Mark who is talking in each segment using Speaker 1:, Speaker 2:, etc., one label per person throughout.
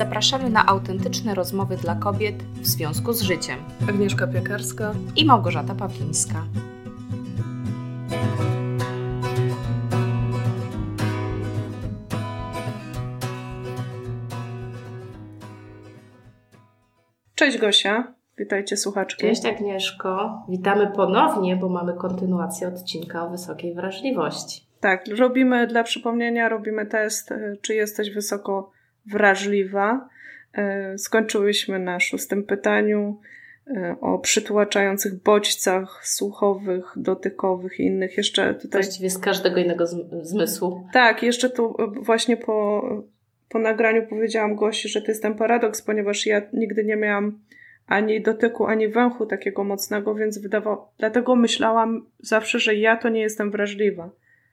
Speaker 1: zapraszamy na autentyczne rozmowy dla kobiet w związku z życiem.
Speaker 2: Agnieszka Piekarska
Speaker 1: i Małgorzata Pawlińska.
Speaker 2: Cześć Gosia, witajcie słuchaczki.
Speaker 3: Cześć Agnieszko, witamy ponownie, bo mamy kontynuację odcinka o wysokiej wrażliwości.
Speaker 2: Tak, dla przypomnienia robimy test, czy jesteś wysoko wrażliwa. Skończyłyśmy na 6. pytaniu o przytłaczających bodźcach słuchowych, dotykowych i innych. Jeszcze tutaj...
Speaker 3: Właściwie z każdego innego zmysłu.
Speaker 2: Tak, jeszcze tu właśnie po nagraniu powiedziałam Gosi, że to jest ten paradoks, ponieważ ja nigdy nie miałam ani dotyku, ani węchu takiego mocnego, więc dlatego myślałam zawsze, że ja to nie jestem wrażliwa.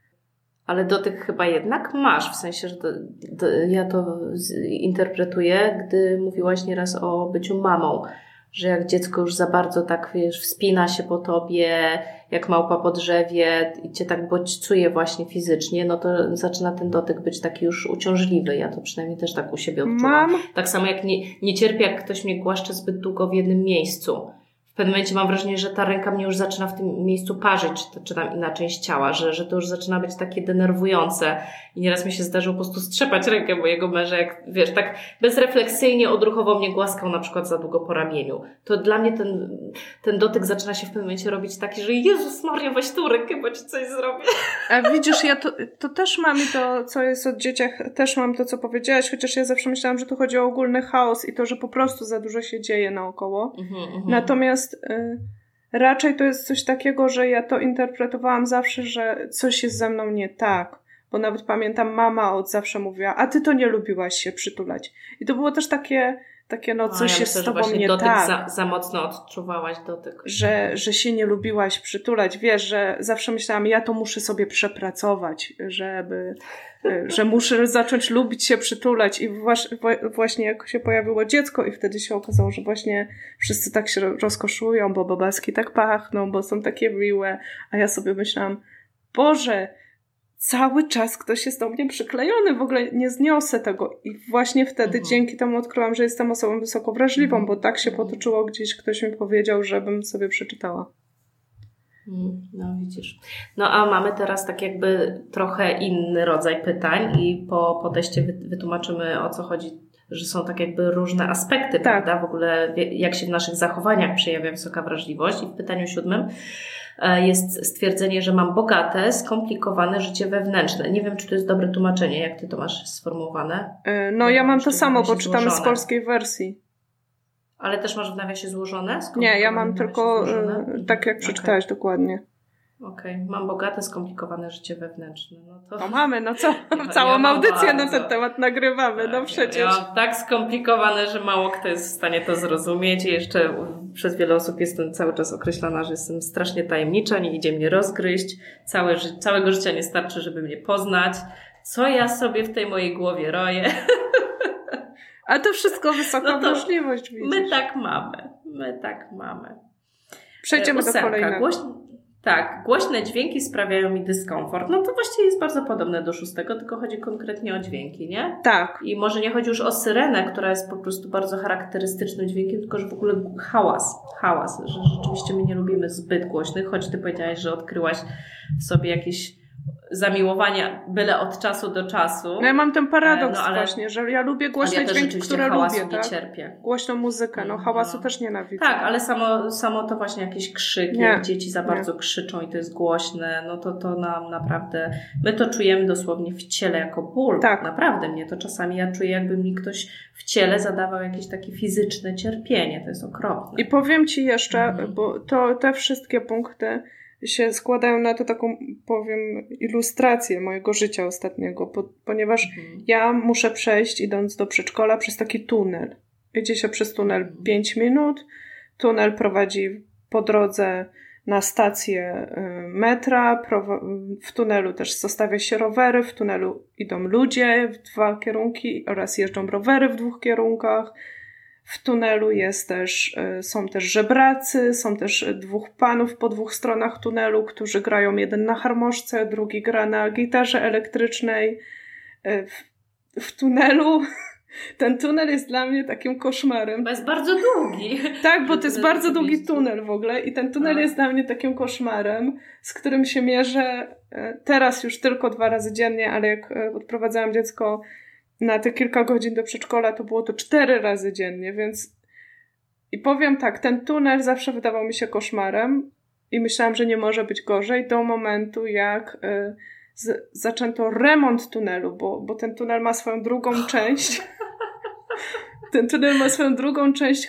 Speaker 3: Ale dotyk chyba jednak masz, w sensie, że ja to interpretuję, gdy mówiłaś nieraz o byciu mamą, że jak dziecko już za bardzo tak, wspina się po tobie, jak małpa po drzewie i cię tak bodźcuje właśnie fizycznie, no to zaczyna ten dotyk być taki już uciążliwy. Ja to przynajmniej też tak u siebie odczuwam. Tak samo jak nie cierpię, jak ktoś mnie głaszcze zbyt długo w jednym miejscu. W pewnym momencie mam wrażenie, że ta ręka mnie już zaczyna w tym miejscu parzyć, czy tam inna część ciała, że to już zaczyna być takie denerwujące. I nieraz mi się zdarzyło po prostu strzepać rękę mojego męża, jak wiesz, tak bezrefleksyjnie, odruchowo mnie głaskał na przykład za długo po ramieniu. To dla mnie ten dotyk zaczyna się w pewnym momencie robić taki, że Jezus Maria, weź tu rękę, bo ci coś zrobię.
Speaker 2: A widzisz, ja to też mam i to, co jest o dzieciach, też mam to, co powiedziałaś, chociaż ja zawsze myślałam, że tu chodzi o ogólny chaos i to, że po prostu za dużo się dzieje naokoło. Natomiast raczej to jest coś takiego, że ja to interpretowałam zawsze, że coś jest ze mną nie tak. Bo nawet pamiętam, mama od zawsze mówiła, a ty to nie lubiłaś się przytulać. I to było też takie no coś jest z tobą nie tak.
Speaker 3: Za mocno odczuwałaś dotyk.
Speaker 2: Że się nie lubiłaś przytulać. Wiesz, że zawsze myślałam, ja to muszę sobie przepracować, że muszę zacząć lubić się przytulać. I właśnie jak się pojawiło dziecko i wtedy się okazało, że właśnie wszyscy tak się rozkoszują, bo bobaski tak pachną, bo są takie miłe. A ja sobie myślałam, Boże, cały czas ktoś jest do mnie przyklejony, w ogóle nie zniosę tego. I właśnie wtedy dzięki temu odkryłam, że jestem osobą wysoko wrażliwą, bo tak się potoczyło gdzieś, ktoś mi powiedział, żebym sobie przeczytała.
Speaker 3: No widzisz. No a mamy teraz tak jakby trochę inny rodzaj pytań i po teście wytłumaczymy, o co chodzi, że są tak jakby różne aspekty, prawda? W ogóle jak się w naszych zachowaniach przejawia wysoka wrażliwość. I w pytaniu 7 jest stwierdzenie, że mam bogate, skomplikowane życie wewnętrzne. Nie wiem, czy to jest dobre tłumaczenie. Jak ty to masz sformułowane?
Speaker 2: No ja mam to samo, bo czytamy z polskiej wersji.
Speaker 3: Ale też masz w nawiasie złożone?
Speaker 2: Nie, ja mam tylko tak, jak przeczytałaś dokładnie.
Speaker 3: Okej. Mam bogate, skomplikowane życie wewnętrzne.
Speaker 2: No mamy, no co? Całą audycję na ten temat nagrywamy, no przecież.
Speaker 3: Ja mam tak skomplikowane, że mało kto jest w stanie to zrozumieć i jeszcze przez wiele osób jestem cały czas określana, że jestem strasznie tajemnicza, nie idzie mnie rozgryźć, całego życia nie starczy, żeby mnie poznać. Co ja sobie w tej mojej głowie roję?
Speaker 2: A to wszystko wysoka wrażliwość, widzisz.
Speaker 3: My tak mamy.
Speaker 2: Przejdziemy do kolejnego.
Speaker 3: Głośne dźwięki sprawiają mi dyskomfort. No to właściwie jest bardzo podobne do 6, tylko chodzi konkretnie o dźwięki, nie?
Speaker 2: Tak.
Speaker 3: I może nie chodzi już o syrenę, która jest po prostu bardzo charakterystycznym dźwiękiem, tylko że w ogóle hałas, że rzeczywiście my nie lubimy zbyt głośnych, choć ty powiedziałaś, że odkryłaś w sobie jakieś zamiłowania byle od czasu do czasu.
Speaker 2: No ja mam ten paradoks właśnie, że ja lubię głośne dźwięki, które lubię, tak?
Speaker 3: Nie cierpię.
Speaker 2: Głośną muzykę, hałasu też nienawidzę.
Speaker 3: Tak, ale samo to właśnie jakieś krzyki, jak dzieci za bardzo krzyczą i to jest głośne, no to nam naprawdę, my to czujemy dosłownie w ciele jako ból.
Speaker 2: Tak.
Speaker 3: Naprawdę mnie to czasami, ja czuję, jakby mi ktoś w ciele zadawał jakieś takie fizyczne cierpienie, to jest okropne.
Speaker 2: I powiem ci jeszcze, bo te wszystkie punkty się składają na to taką, powiem, ilustrację mojego życia ostatniego, ponieważ ja muszę przejść, idąc do przedszkola, przez taki tunel. Idzie się przez tunel 5 minut, tunel prowadzi po drodze na stację metra, w tunelu też zostawia się rowery, w tunelu idą ludzie w 2 kierunki oraz jeżdżą rowery w 2 kierunkach. W tunelu są też żebracy, są też 2 panów po 2 stronach tunelu, którzy grają, jeden na harmoszce, drugi gra na gitarze elektrycznej. W tunelu Ten tunel jest dla mnie takim koszmarem.
Speaker 3: Bo jest bardzo długi.
Speaker 2: Tak, bo to jest bardzo długi tunel w ogóle i ten tunel jest dla mnie takim koszmarem, z którym się mierzę teraz już tylko 2 razy dziennie, ale jak odprowadzałam dziecko na te kilka godzin do przedszkola, to było to 4 razy dziennie, więc i powiem tak, ten tunel zawsze wydawał mi się koszmarem i myślałam, że nie może być gorzej do momentu, jak zaczęto remont tunelu, bo ten tunel ma swoją drugą część. Ten tunel ma swoją drugą część,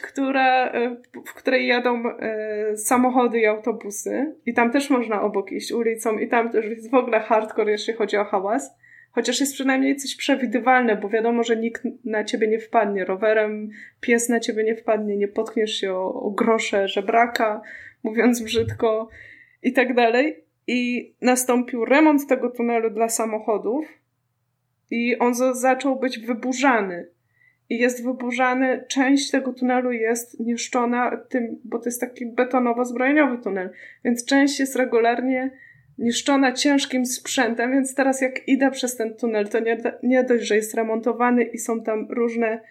Speaker 2: w której jadą samochody i autobusy. I tam też można obok iść ulicą i tam też jest w ogóle hardcore, jeśli chodzi o hałas. Chociaż jest przynajmniej coś przewidywalne, bo wiadomo, że nikt na ciebie nie wpadnie rowerem, pies na ciebie nie wpadnie, nie potkniesz się o grosze żebraka, mówiąc brzydko i tak dalej. I nastąpił remont tego tunelu dla samochodów i on zaczął być wyburzany. I jest wyburzany, część tego tunelu jest niszczona tym, bo to jest taki betonowo-zbrojeniowy tunel, więc część jest regularnie niszczona ciężkim sprzętem, więc teraz jak idę przez ten tunel, to nie dość, że jest remontowany i są tam różne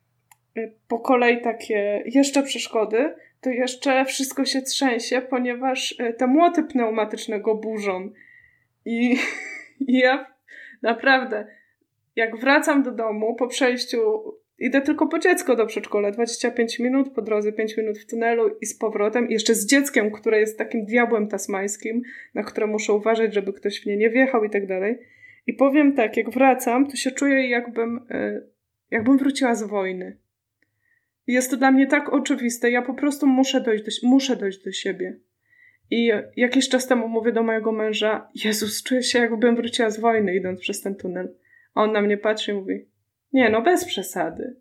Speaker 2: po kolei takie jeszcze przeszkody, to jeszcze wszystko się trzęsie, ponieważ te młoty pneumatyczne go burzą. I ja naprawdę, jak wracam do domu po przejściu, idę tylko po dziecko do przedszkola, 25 minut, po drodze 5 minut w tunelu i z powrotem, i jeszcze z dzieckiem, które jest takim diabłem tasmańskim, na które muszę uważać, żeby ktoś w nie nie wjechał i tak dalej. I powiem tak, jak wracam, to się czuję jakbym wróciła z wojny. I jest to dla mnie tak oczywiste, ja po prostu muszę dojść do siebie. I jakiś czas temu mówię do mojego męża, Jezus, czuję się jakbym wróciła z wojny, idąc przez ten tunel. A on na mnie patrzy i mówi, nie, no bez przesady.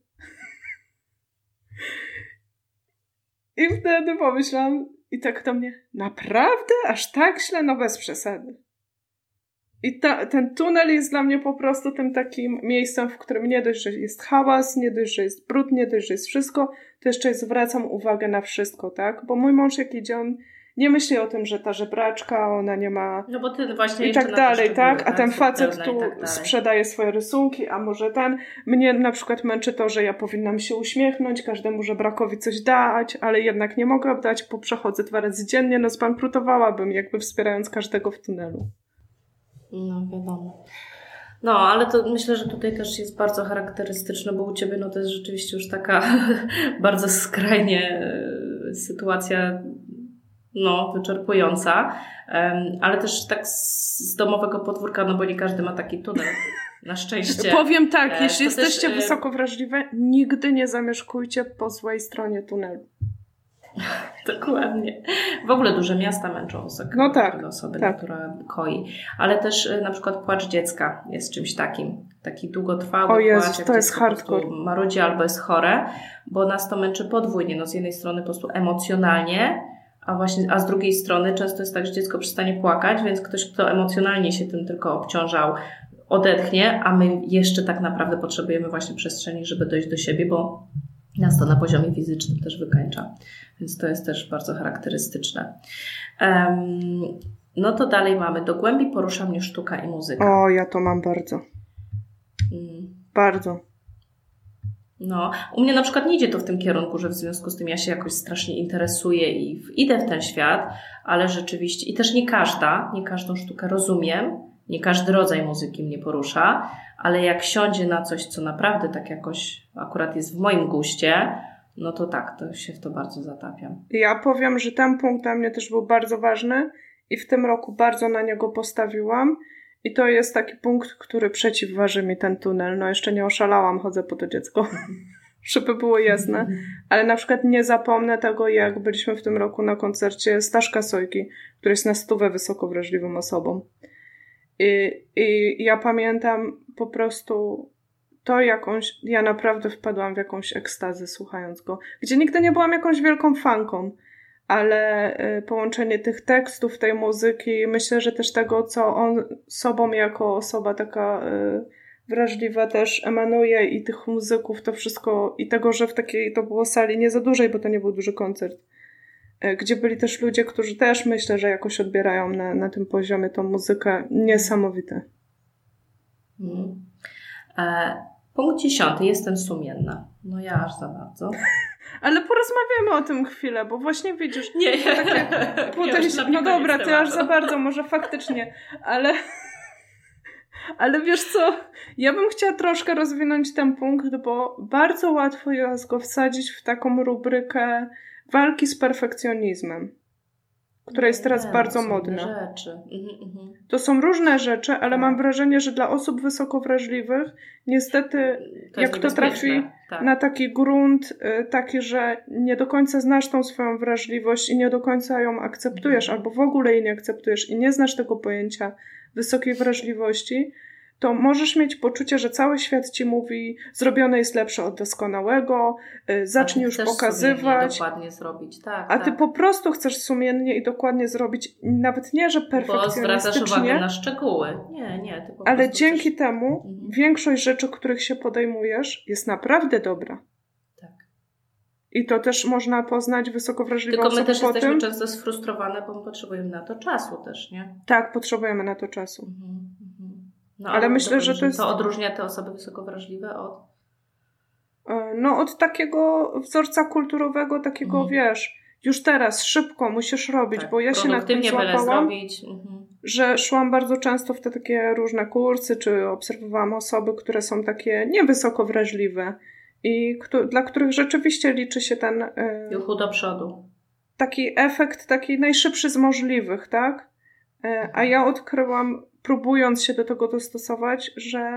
Speaker 2: I wtedy pomyślałam i tak do mnie, naprawdę? Aż tak źle? No bez przesady. I ten tunel jest dla mnie po prostu tym takim miejscem, w którym nie dość, że jest hałas, nie dość, że jest brud, nie dość, że jest wszystko, to jeszcze zwracam uwagę na wszystko, tak? Bo mój mąż, jak idzie, on nie myśli o tym, że ta żebraczka, ona nie ma...
Speaker 3: No bo ty właśnie
Speaker 2: i tak dalej, tak? A ten facet tu
Speaker 3: tak
Speaker 2: sprzedaje swoje rysunki, a może mnie na przykład męczy to, że ja powinnam się uśmiechnąć, każdemu żebrakowi coś dać, ale jednak nie mogę dać, bo przechodzę 2 razy dziennie, no zbankrutowałabym, jakby wspierając każdego w tunelu.
Speaker 3: No wiadomo. No, ale to myślę, że tutaj też jest bardzo charakterystyczne, bo u Ciebie no to jest rzeczywiście już taka bardzo skrajnie sytuacja wyczerpująca, ale też tak z domowego podwórka, no bo nie każdy ma taki tunel, na szczęście.
Speaker 2: Powiem tak, jeśli jesteście wysoko wrażliwe, nigdy nie zamieszkujcie po złej stronie tunelu.
Speaker 3: Dokładnie. W ogóle duże miasta męczą osobę, która koi. Ale też na przykład płacz dziecka jest czymś takim. Taki długotrwały płacz, jak
Speaker 2: to jest hardcore.
Speaker 3: Marudzi albo jest chore, bo nas to męczy podwójnie. No z jednej strony po prostu emocjonalnie, a z drugiej strony często jest tak, że dziecko przestanie płakać, więc ktoś, kto emocjonalnie się tym tylko obciążał, odetchnie, a my jeszcze tak naprawdę potrzebujemy właśnie przestrzeni, żeby dojść do siebie, bo nas to na poziomie fizycznym też wykańcza. Więc to jest też bardzo charakterystyczne. No to dalej mamy. Do głębi porusza mnie sztuka i muzyka.
Speaker 2: O, ja to mam bardzo. Bardzo.
Speaker 3: No, u mnie na przykład nie idzie to w tym kierunku, że w związku z tym ja się jakoś strasznie interesuję i idę w ten świat, ale rzeczywiście, i też nie każdą sztukę rozumiem, nie każdy rodzaj muzyki mnie porusza, ale jak siądzie na coś, co naprawdę tak jakoś akurat jest w moim guście, no to tak, to się w to bardzo zatapiam.
Speaker 2: Ja powiem, że ten punkt dla mnie też był bardzo ważny i w tym roku bardzo na niego postawiłam i to jest taki punkt, który przeciwważy mi ten tunel. No jeszcze nie oszalałam, chodzę po to dziecko, żeby było jasne, ale na przykład nie zapomnę tego, jak byliśmy w tym roku na koncercie Staszka Sojki, który jest na 100 wysoko wrażliwą osobą. I ja pamiętam po prostu ja naprawdę wpadłam w jakąś ekstazę słuchając go, gdzie nigdy nie byłam jakąś wielką fanką, ale połączenie tych tekstów, tej muzyki, myślę, że też tego, co on sobą jako osoba taka wrażliwa też emanuje i tych muzyków, to wszystko i tego, że w takiej to było sali nie za dużej, bo to nie był duży koncert, gdzie byli też ludzie, którzy też myślę, że jakoś odbierają na tym poziomie tą muzykę. Niesamowite.
Speaker 3: Punkt 10. Jestem sumienna. No ja aż za bardzo.
Speaker 2: Ale porozmawiamy o tym chwilę, bo właśnie widzisz...
Speaker 3: Nie,
Speaker 2: no dobra, ty aż za bardzo, może faktycznie, ale wiesz co, ja bym chciała troszkę rozwinąć ten punkt, bo bardzo łatwo jest go wsadzić w taką rubrykę walki z perfekcjonizmem, która jest teraz bardzo modna.
Speaker 3: Rzeczy.
Speaker 2: To są różne rzeczy, ale mam wrażenie, że dla osób wysoko wrażliwych niestety jak to trafi na taki grunt taki, że nie do końca znasz tą swoją wrażliwość i nie do końca ją akceptujesz albo w ogóle jej nie akceptujesz i nie znasz tego pojęcia wysokiej wrażliwości, to możesz mieć poczucie, że cały świat ci mówi, zrobione jest lepsze od doskonałego, zacznij już pokazywać.
Speaker 3: Dokładnie zrobić, tak.
Speaker 2: A ty po prostu chcesz sumiennie i dokładnie zrobić, nawet nie, że perfekcjonistycznie.
Speaker 3: Bo zwracasz uwagę na szczegóły. Nie, ty po
Speaker 2: ale
Speaker 3: prostu
Speaker 2: dzięki temu większość rzeczy, których się podejmujesz, jest naprawdę dobra.
Speaker 3: Tak.
Speaker 2: I to też można poznać wysoko wrażliwą osobę.
Speaker 3: Tylko my też jesteśmy często sfrustrowane, bo potrzebujemy na to czasu też, nie?
Speaker 2: Tak, potrzebujemy na to czasu.
Speaker 3: No,
Speaker 2: ale myślę, że to jest...
Speaker 3: To odróżnia te osoby wysoko wrażliwe od...
Speaker 2: No od takiego wzorca kulturowego, takiego wiesz, już teraz, szybko musisz robić, bo ja się na tym złapałam, że szłam bardzo często w te takie różne kursy, czy obserwowałam osoby, które są takie niewysoko wrażliwe i dla których rzeczywiście liczy się ten...
Speaker 3: Juchu do przodu.
Speaker 2: Taki efekt, taki najszybszy z możliwych, tak? A ja odkryłam, próbując się do tego dostosować,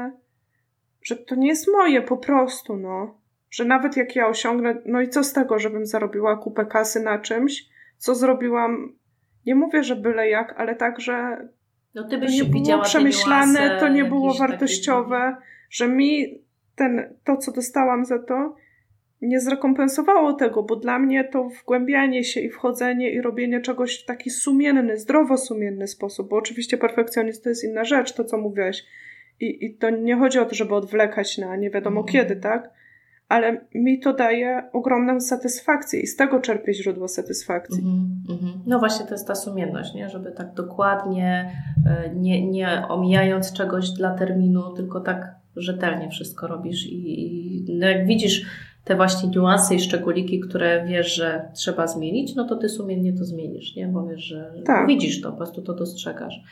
Speaker 2: że to nie jest moje po prostu, no. Że nawet jak ja osiągnę, no i co z tego, żebym zarobiła kupę kasy na czymś, co zrobiłam, nie mówię, że byle jak, ale tak, że
Speaker 3: no ty
Speaker 2: to nie było przemyślane, to nie było wartościowe, że mi to, co dostałam za to, nie zrekompensowało tego, bo dla mnie to wgłębianie się i wchodzenie i robienie czegoś w taki sumienny, zdrowo sumienny sposób, bo oczywiście perfekcjonizm to jest inna rzecz, to co mówiłeś. I to nie chodzi o to, żeby odwlekać na nie wiadomo kiedy, tak? Ale mi to daje ogromną satysfakcję i z tego czerpię źródło satysfakcji.
Speaker 3: No właśnie to jest ta sumienność, nie? Żeby tak dokładnie, nie omijając czegoś dla terminu, tylko tak rzetelnie wszystko robisz i no jak widzisz te właśnie niuanse i szczególiki, które wiesz, że trzeba zmienić, no to ty sumiennie to zmienisz, nie? Bo wiesz, że widzisz to, po prostu to dostrzegasz.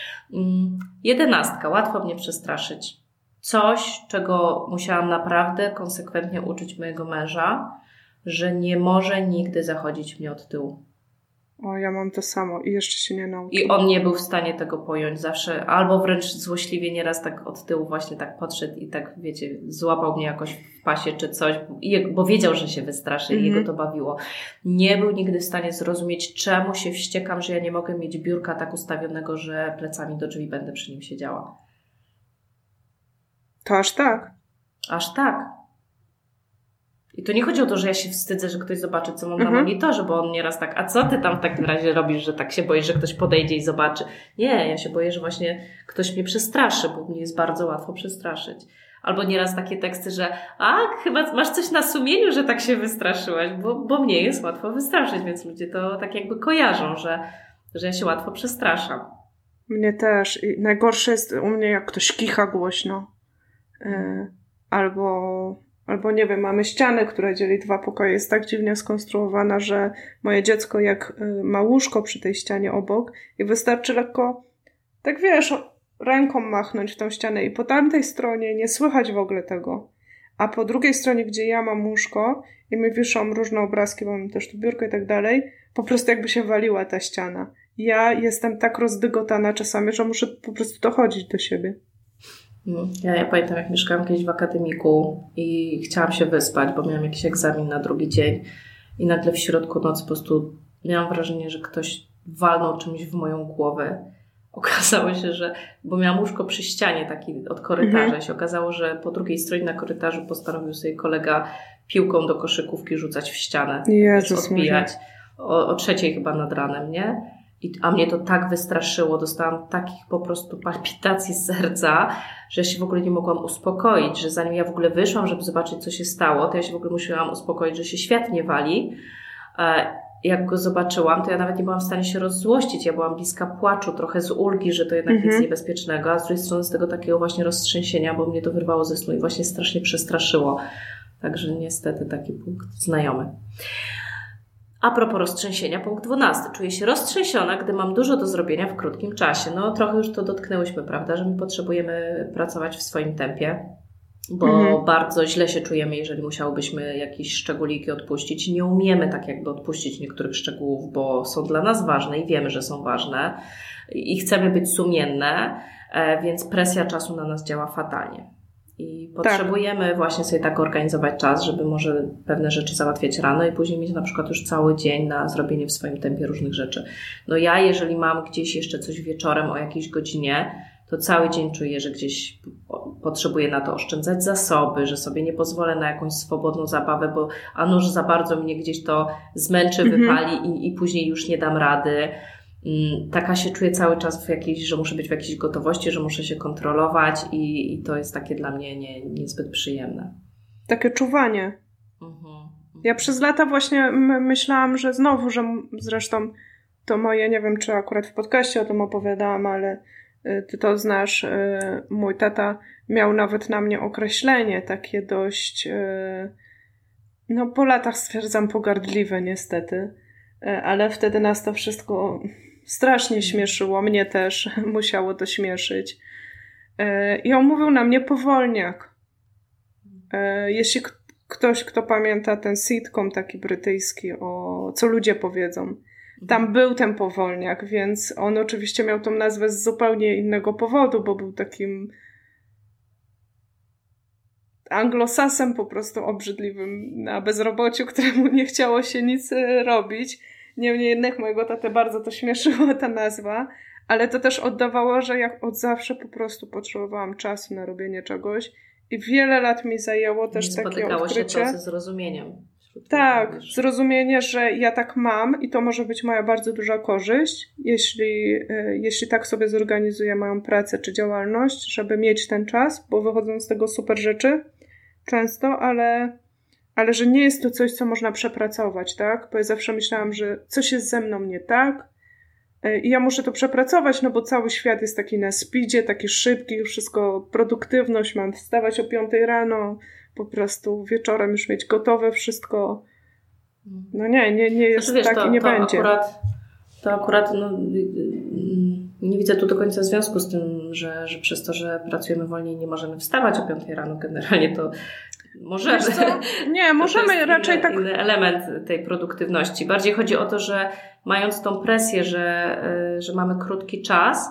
Speaker 3: 11. Łatwo mnie przestraszyć. Coś, czego musiałam naprawdę konsekwentnie uczyć mojego męża, że nie może nigdy zachodzić mnie od tyłu.
Speaker 2: O, ja mam to samo i jeszcze się nie nauczyłam.
Speaker 3: I on nie był w stanie tego pojąć zawsze, albo wręcz złośliwie nieraz tak od tyłu właśnie tak podszedł i tak, wiecie, złapał mnie jakoś w pasie czy coś, bo wiedział, że się wystraszy i jego to bawiło. Nie był nigdy w stanie zrozumieć, czemu się wściekam, że ja nie mogę mieć biurka tak ustawionego, że plecami do drzwi będę przy nim siedziała.
Speaker 2: To aż tak?
Speaker 3: Aż tak. I to nie chodzi o to, że ja się wstydzę, że ktoś zobaczy, co mam na monitorze, bo on nieraz tak, a co ty tam w takim razie robisz, że tak się boisz, że ktoś podejdzie i zobaczy. Nie, ja się boję, że właśnie ktoś mnie przestraszy, bo mnie jest bardzo łatwo przestraszyć. Albo nieraz takie teksty, że chyba masz coś na sumieniu, że tak się wystraszyłaś, bo mnie jest łatwo wystraszyć, więc ludzie to tak jakby kojarzą, że ja się łatwo przestraszam.
Speaker 2: Mnie też. I najgorsze jest u mnie, jak ktoś kicha głośno. Albo nie wiem, mamy ścianę, która dzieli 2 pokoje. Jest tak dziwnie skonstruowana, że moje dziecko jak ma łóżko przy tej ścianie obok i wystarczy lekko, tak wiesz, ręką machnąć w tą ścianę i po tamtej stronie nie słychać w ogóle tego. A po drugiej stronie, gdzie ja mam łóżko i mi wiszą różne obrazki, bo mam też tu biurko i tak dalej, po prostu jakby się waliła ta ściana. Ja jestem tak rozdygotana czasami, że muszę po prostu dochodzić do siebie.
Speaker 3: Ja pamiętam, jak mieszkałam kiedyś w akademiku i chciałam się wyspać, bo miałam jakiś egzamin na drugi dzień i nagle w środku nocy po prostu miałam wrażenie, że ktoś walnął czymś w moją głowę. Okazało się, że, bo miałam łóżko przy ścianie taki od korytarza, się okazało, że po drugiej stronie na korytarzu postanowił sobie kolega piłką do koszykówki rzucać w ścianę, odbijać o 3:00 chyba nad ranem, nie? A mnie to tak wystraszyło, dostałam takich po prostu palpitacji serca, że ja się w ogóle nie mogłam uspokoić, że zanim ja w ogóle wyszłam, żeby zobaczyć, co się stało, to ja się w ogóle musiałam uspokoić, że się świat nie wali. jak go zobaczyłam, to ja nawet nie byłam w stanie się rozzłościć. Ja byłam bliska płaczu, trochę z ulgi, że to jednak nic niebezpiecznego, a z drugiej strony z tego takiego właśnie roztrzęsienia, bo mnie to wyrwało ze snu i właśnie strasznie przestraszyło. Także niestety taki punkt znajomy. A propos roztrzęsienia, punkt 12. Czuję się roztrzęsiona, gdy mam dużo do zrobienia w krótkim czasie. No trochę już to dotknęłyśmy, prawda, że my potrzebujemy pracować w swoim tempie, bo bardzo źle się czujemy, jeżeli musiałybyśmy jakieś szczególiki odpuścić. Nie umiemy tak jakby odpuścić niektórych szczegółów, bo są dla nas ważne i wiemy, że są ważne i chcemy być sumienne, więc presja czasu na nas działa fatalnie. I potrzebujemy właśnie sobie tak organizować czas, żeby może pewne rzeczy załatwiać rano i później mieć na przykład już cały dzień na zrobienie w swoim tempie różnych rzeczy. No ja, jeżeli mam gdzieś jeszcze coś wieczorem o jakiejś godzinie, to cały dzień czuję, że gdzieś potrzebuję na to oszczędzać zasoby, że sobie nie pozwolę na jakąś swobodną zabawę, bo a nuż za bardzo mnie gdzieś to zmęczy, wypali i później już nie dam rady. Taka się czuję cały czas że muszę być w jakiejś gotowości, że muszę się kontrolować i to jest takie dla mnie niezbyt przyjemne.
Speaker 2: Takie czuwanie. Ja przez lata właśnie myślałam, że znowu, że zresztą to moje, nie wiem czy akurat w podcaście o tym opowiadałam, ale ty to znasz, mój tata miał nawet na mnie określenie takie dość, no po latach stwierdzam pogardliwe niestety, ale wtedy nas to wszystko strasznie śmieszyło, mnie też musiało to śmieszyć. I on mówił na mnie powolniak. Jeśli ktoś, kto pamięta ten sitcom taki brytyjski, o co ludzie powiedzą, tam był ten powolniak, więc on oczywiście miał tą nazwę z zupełnie innego powodu, bo był takim anglosasem po prostu obrzydliwym na bezrobociu, któremu nie chciało się nic robić. Niemniej jednak mojego tatę bardzo to śmieszyła ta nazwa, ale to też oddawało, że ja od zawsze po prostu potrzebowałam czasu na robienie czegoś i wiele lat mi zajęło też takie odkrycie.
Speaker 3: Spotykało się to ze zrozumieniem.
Speaker 2: Tak, zrozumienie, że ja tak mam i to może być moja bardzo duża korzyść, jeśli tak sobie zorganizuję moją pracę czy działalność, żeby mieć ten czas, bo wychodzą z tego super rzeczy często, ale że nie jest to coś, co można przepracować, tak? Bo ja zawsze myślałam, że coś jest ze mną nie tak i ja muszę to przepracować, no bo cały świat jest taki na speedzie, taki szybki, wszystko, produktywność, mam wstawać o 5 rano, po prostu wieczorem już mieć gotowe wszystko. No nie jest
Speaker 3: wiesz,
Speaker 2: tak i nie będzie.
Speaker 3: To akurat nie widzę tu do końca związku z tym, że przez to, że pracujemy wolniej, nie możemy wstawać o 5 rano. Generalnie to możemy.
Speaker 2: Nie, możemy raczej tak.
Speaker 3: Inny element tej produktywności. Bardziej chodzi o to, że mając tą presję, że mamy krótki czas,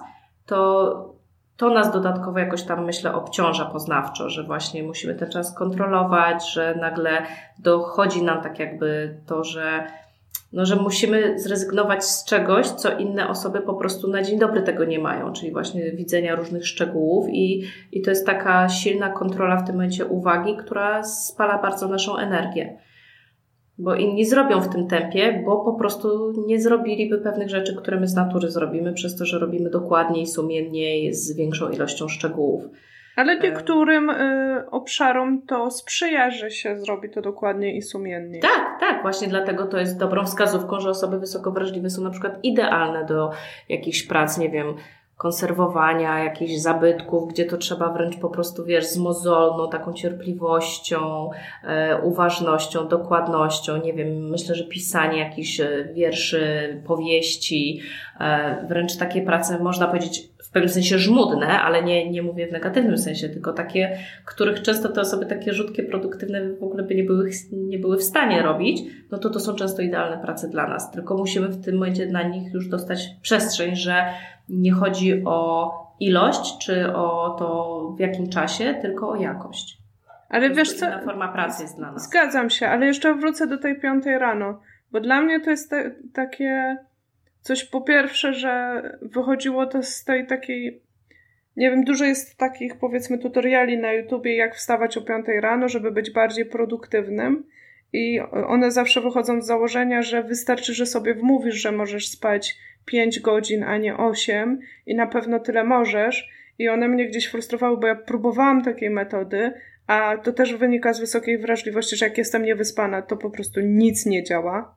Speaker 3: to nas dodatkowo jakoś tam, myślę, obciąża poznawczo, że właśnie musimy ten czas kontrolować, że nagle dochodzi nam tak jakby to, że musimy zrezygnować z czegoś, co inne osoby po prostu na dzień dobry tego nie mają, czyli właśnie widzenia różnych szczegółów i to jest taka silna kontrola w tym momencie uwagi, która spala bardzo naszą energię. Bo inni zrobią w tym tempie, bo po prostu nie zrobiliby pewnych rzeczy, które my z natury zrobimy, przez to, że robimy dokładniej, sumienniej, z większą ilością szczegółów.
Speaker 2: Ale niektórym obszarom to sprzyja, że się zrobi to dokładnie i sumiennie.
Speaker 3: Tak, właśnie dlatego to jest dobrą wskazówką, że osoby wysoko wrażliwe są na przykład idealne do jakichś prac, nie wiem, konserwowania, jakichś zabytków, gdzie to trzeba wręcz po prostu, z mozolną taką cierpliwością, uważnością, dokładnością, nie wiem, myślę, że pisanie jakichś wierszy, powieści, wręcz takie prace, można powiedzieć, w pewnym sensie żmudne, ale nie mówię w negatywnym sensie, tylko takie, których często te osoby takie rzutkie, produktywne w ogóle by nie były w stanie robić, no to są często idealne prace dla nas. Tylko musimy w tym momencie na nich już dostać przestrzeń, że nie chodzi o ilość, czy o to w jakim czasie, tylko o jakość.
Speaker 2: Ale wiesz co?
Speaker 3: Inna forma pracy jest dla nas.
Speaker 2: Zgadzam się, ale jeszcze wrócę do tej 5 rano, bo dla mnie to jest takie coś, po pierwsze, że wychodziło to z tej takiej, nie wiem, dużo jest takich, powiedzmy, tutoriali na YouTubie, jak wstawać o 5 rano, żeby być bardziej produktywnym i one zawsze wychodzą z założenia, że wystarczy, że sobie wmówisz, że możesz spać 5 godzin, a nie 8 i na pewno tyle możesz i one mnie gdzieś frustrowały, bo ja próbowałam takiej metody, a to też wynika z wysokiej wrażliwości, że jak jestem niewyspana, to po prostu nic nie działa.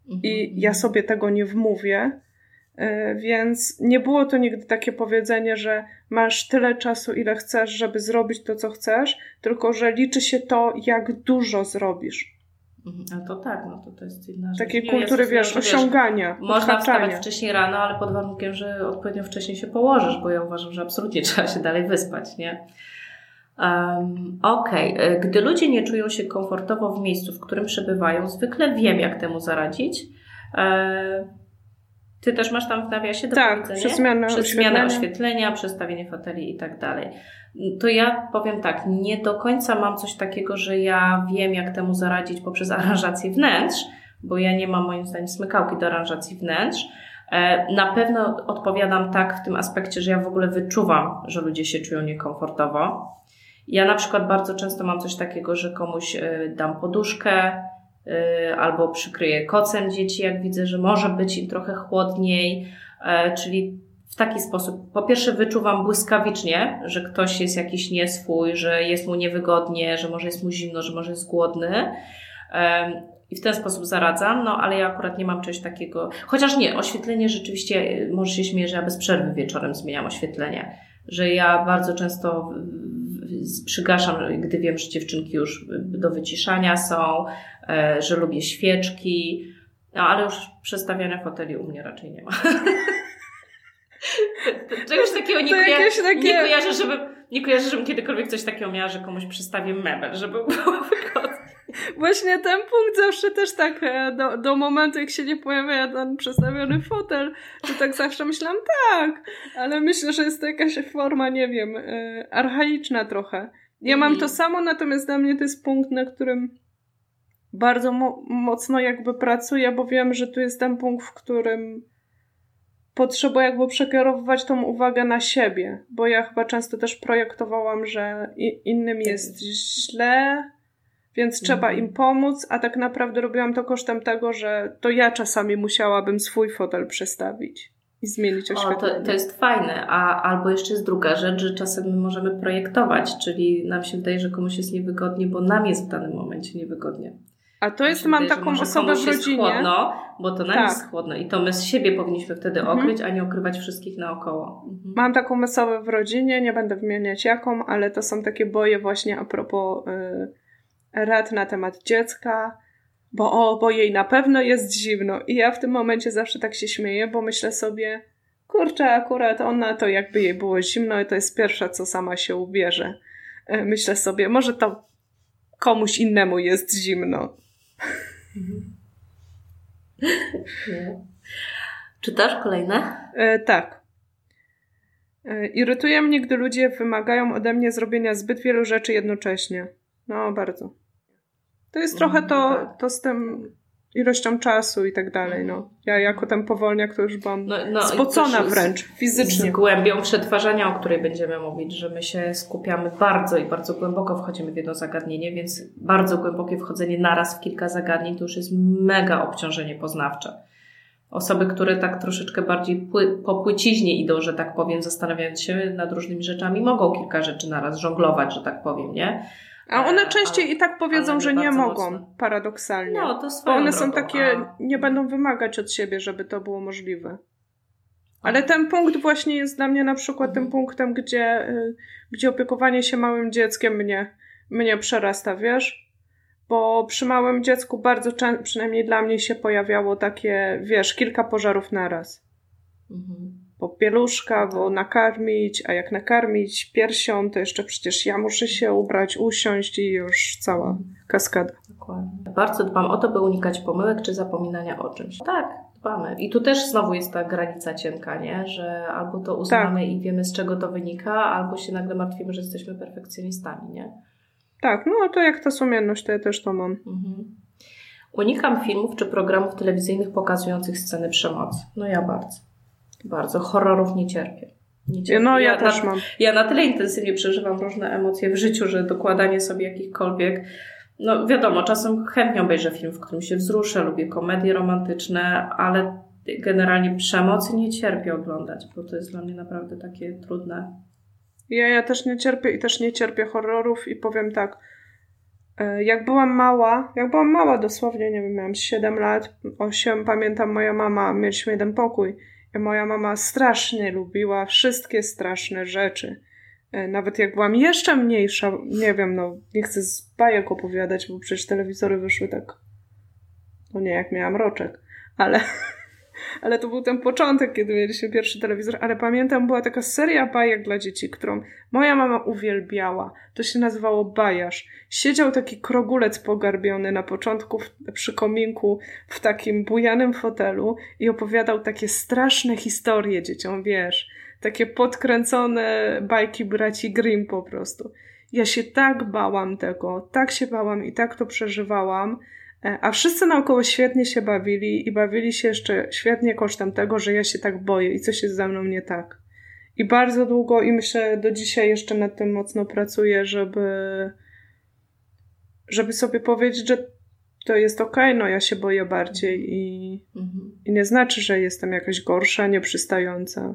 Speaker 2: i ja sobie tego nie wmówię, więc nie było to nigdy takie powiedzenie, że masz tyle czasu, ile chcesz, żeby zrobić to, co chcesz, tylko że liczy się to, jak dużo zrobisz.
Speaker 3: A to tak, to jest inna rzecz.
Speaker 2: Takiej kultury, osiągania.
Speaker 3: Można wstawać wcześniej rano, ale pod warunkiem, że odpowiednio wcześniej się położysz, bo ja uważam, że absolutnie trzeba się dalej wyspać, nie? Okej. Gdy ludzie nie czują się komfortowo w miejscu, w którym przebywają, zwykle wiem, jak temu zaradzić. Ty też masz tam w nawiasie do powiedzenia?
Speaker 2: Przez zmianę
Speaker 3: oświetlenia, przestawienie foteli i tak dalej. To ja powiem tak, nie do końca mam coś takiego, że ja wiem, jak temu zaradzić poprzez aranżację wnętrz, bo ja nie mam moim zdaniem smykałki do aranżacji wnętrz. Na pewno odpowiadam tak w tym aspekcie, że ja w ogóle wyczuwam, że ludzie się czują niekomfortowo. Ja na przykład bardzo często mam coś takiego, że komuś dam poduszkę, albo przykryję kocem dzieci, jak widzę, że może być im trochę chłodniej, czyli w taki sposób. Po pierwsze wyczuwam błyskawicznie, że ktoś jest jakiś nieswój, że jest mu niewygodnie, że może jest mu zimno, że może jest głodny i w ten sposób zaradzam, ale ja akurat nie mam czegoś takiego, chociaż nie, oświetlenie rzeczywiście, może się śmieję, że ja bez przerwy wieczorem zmieniam oświetlenie, że ja bardzo często przygaszam, gdy wiem, że dziewczynki już do wyciszania są, że lubię świeczki, ale już przestawiania foteli u mnie raczej nie ma. Czegoś takiego nie kojarzę, żebym kiedykolwiek coś takiego miała, że komuś przestawię mebel, żeby było wygodnie.
Speaker 2: Właśnie ten punkt zawsze też tak do momentu, jak się nie pojawia ten przestawiony fotel, to tak zawsze myślałam, tak, ale myślę, że jest to jakaś forma, nie wiem, archaiczna trochę. Ja mam to samo, natomiast dla mnie to jest punkt, na którym bardzo mocno jakby pracuję, bo wiem, że tu jest ten punkt, w którym potrzebuję jakby przekierowywać tą uwagę na siebie, bo ja chyba często też projektowałam, że innym jest źle, więc trzeba im pomóc, a tak naprawdę robiłam to kosztem tego, że to ja czasami musiałabym swój fotel przestawić i zmienić oświetlenie.
Speaker 3: To jest fajne, albo jeszcze jest druga rzecz, że czasem my możemy projektować, czyli nam się wydaje, że komuś jest niewygodnie, bo nam jest w danym momencie niewygodnie.
Speaker 2: A to jest, mam taką osobę w rodzinie.
Speaker 3: Jest chłodno, bo to nam jest chłodno i to my z siebie powinniśmy wtedy okryć, a nie okrywać wszystkich naokoło.
Speaker 2: Mam taką osobę w rodzinie, nie będę wymieniać jaką, ale to są takie boje właśnie a propos rad na temat dziecka, bo jej na pewno jest zimno. I ja w tym momencie zawsze tak się śmieję, bo myślę sobie, kurczę, akurat ona to jakby jej było zimno i to jest pierwsza, co sama się ubierze. Myślę sobie, może to komuś innemu jest zimno.
Speaker 3: Czytasz kolejne?
Speaker 2: Tak. Irytuje mnie, gdy ludzie wymagają ode mnie zrobienia zbyt wielu rzeczy jednocześnie. No, bardzo. To jest trochę to z tym ilością czasu i tak dalej. No. Ja jako ten powolniak to już byłam spocona wręcz fizycznie.
Speaker 3: Z głębią przetwarzania, o której będziemy mówić, że my się skupiamy bardzo i bardzo głęboko wchodzimy w jedno zagadnienie, więc bardzo głębokie wchodzenie naraz w kilka zagadnień to już jest mega obciążenie poznawcze. Osoby, które tak troszeczkę bardziej po płyciźnie idą, że tak powiem, zastanawiając się nad różnymi rzeczami, mogą kilka rzeczy naraz żonglować, że tak powiem, nie?
Speaker 2: A one częściej i tak powiedzą, że nie mogą, paradoksalnie.
Speaker 3: No, to
Speaker 2: bo one są takie, nie będą wymagać od siebie, żeby to było możliwe. Ale ten punkt właśnie jest dla mnie na przykład tym punktem, gdzie opiekowanie się małym dzieckiem mnie przerasta, wiesz? Bo przy małym dziecku bardzo często, przynajmniej dla mnie się pojawiało takie, wiesz, kilka pożarów naraz. Bo pieluszka, bo nakarmić, a jak nakarmić piersią, to jeszcze przecież ja muszę się ubrać, usiąść i już cała kaskada.
Speaker 3: Dokładnie. Bardzo dbam o to, by unikać pomyłek czy zapominania o czymś. Tak, dbamy. I tu też znowu jest ta granica cienka, nie? Że albo to uznamy i wiemy, z czego to wynika, albo się nagle martwimy, że jesteśmy perfekcjonistami, nie? Tak,
Speaker 2: no to jak ta sumienność, to ja też to mam.
Speaker 3: Unikam filmów czy programów telewizyjnych pokazujących sceny przemocy. No ja bardzo. Horrorów nie cierpię.
Speaker 2: No ja też mam.
Speaker 3: Ja na tyle intensywnie przeżywam różne emocje w życiu, że dokładanie sobie jakichkolwiek... No wiadomo, czasem chętnie obejrzę film, w którym się wzruszę, lubię komedie romantyczne, ale generalnie przemocy nie cierpię oglądać, bo to jest dla mnie naprawdę takie trudne.
Speaker 2: Ja też nie cierpię i też nie cierpię horrorów i powiem tak, Jak byłam mała dosłownie, nie wiem, miałam 7 lat, 8, pamiętam, moja mama, mieliśmy jeden pokój i moja mama strasznie lubiła wszystkie straszne rzeczy. Nawet jak byłam jeszcze mniejsza, nie wiem, nie chcę z bajek opowiadać, bo przecież telewizory wyszły tak, nie jak miałam roczek, ale to był ten początek, kiedy mieliśmy pierwszy telewizor, ale pamiętam, była taka seria bajek dla dzieci, którą moja mama uwielbiała. To się nazywało Bajasz. Siedział taki krogulec pogarbiony na początku przy kominku w takim bujanym fotelu i opowiadał takie straszne historie dzieciom, wiesz, takie podkręcone bajki braci Grimm po prostu. Ja się tak bałam tego, tak się bałam i tak to przeżywałam, a wszyscy naokoło świetnie się bawili i bawili się jeszcze świetnie kosztem tego, że ja się tak boję i coś jest ze mną nie tak. I bardzo długo i myślę do dzisiaj jeszcze nad tym mocno pracuję, żeby sobie powiedzieć, że to jest okej, ja się boję bardziej i nie znaczy, że jestem jakaś gorsza, nieprzystająca.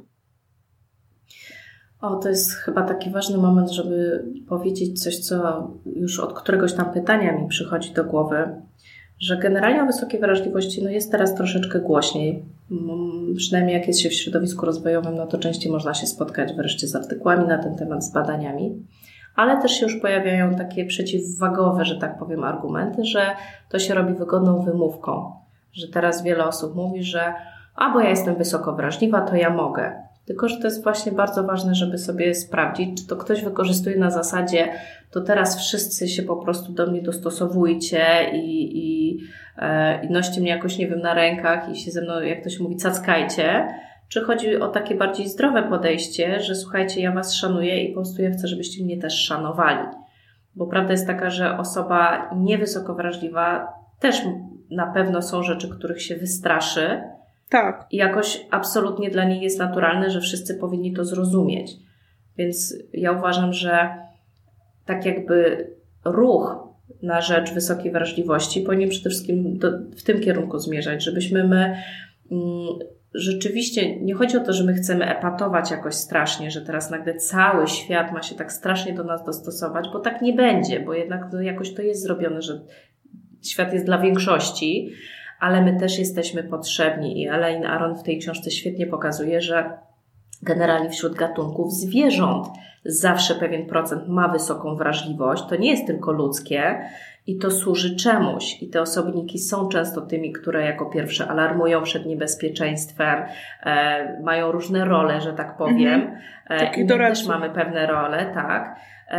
Speaker 3: To jest chyba taki ważny moment, żeby powiedzieć coś, co już od któregoś tam pytania mi przychodzi do głowy, że generalnie o wysokiej wrażliwości jest teraz troszeczkę głośniej. Przynajmniej jak jest się w środowisku rozwojowym, to częściej można się spotkać wreszcie z artykułami na ten temat, z badaniami. Ale też się już pojawiają takie przeciwwagowe, że tak powiem, argumenty, że to się robi wygodną wymówką. Że teraz wiele osób mówi, że bo ja jestem wysoko wrażliwa, to ja mogę. Tylko że to jest właśnie bardzo ważne, żeby sobie sprawdzić, czy to ktoś wykorzystuje na zasadzie, to teraz wszyscy się po prostu do mnie dostosowujcie i noście mnie jakoś, nie wiem, na rękach i się ze mną, jak to się mówi, cackajcie. Czy chodzi o takie bardziej zdrowe podejście, że słuchajcie, ja was szanuję i po prostu ja chcę, żebyście mnie też szanowali. Bo prawda jest taka, że osoba niewysoko wrażliwa też na pewno są rzeczy, których się wystraszy.
Speaker 2: Tak.
Speaker 3: I jakoś absolutnie dla niej jest naturalne, że wszyscy powinni to zrozumieć. Więc ja uważam, że tak jakby ruch na rzecz wysokiej wrażliwości powinien przede wszystkim w tym kierunku zmierzać, żebyśmy my rzeczywiście, nie chodzi o to, że my chcemy epatować jakoś strasznie, że teraz nagle cały świat ma się tak strasznie do nas dostosować, bo tak nie będzie, bo jednak jakoś to jest zrobione, że świat jest dla większości, ale my też jesteśmy potrzebni i Elaine Aron w tej książce świetnie pokazuje, że generalnie wśród gatunków zwierząt zawsze pewien procent ma wysoką wrażliwość. To nie jest tylko ludzkie i to służy czemuś. I te osobniki są często tymi, które jako pierwsze alarmują przed niebezpieczeństwem, mają różne role, że tak powiem. I my też mamy pewne role, tak.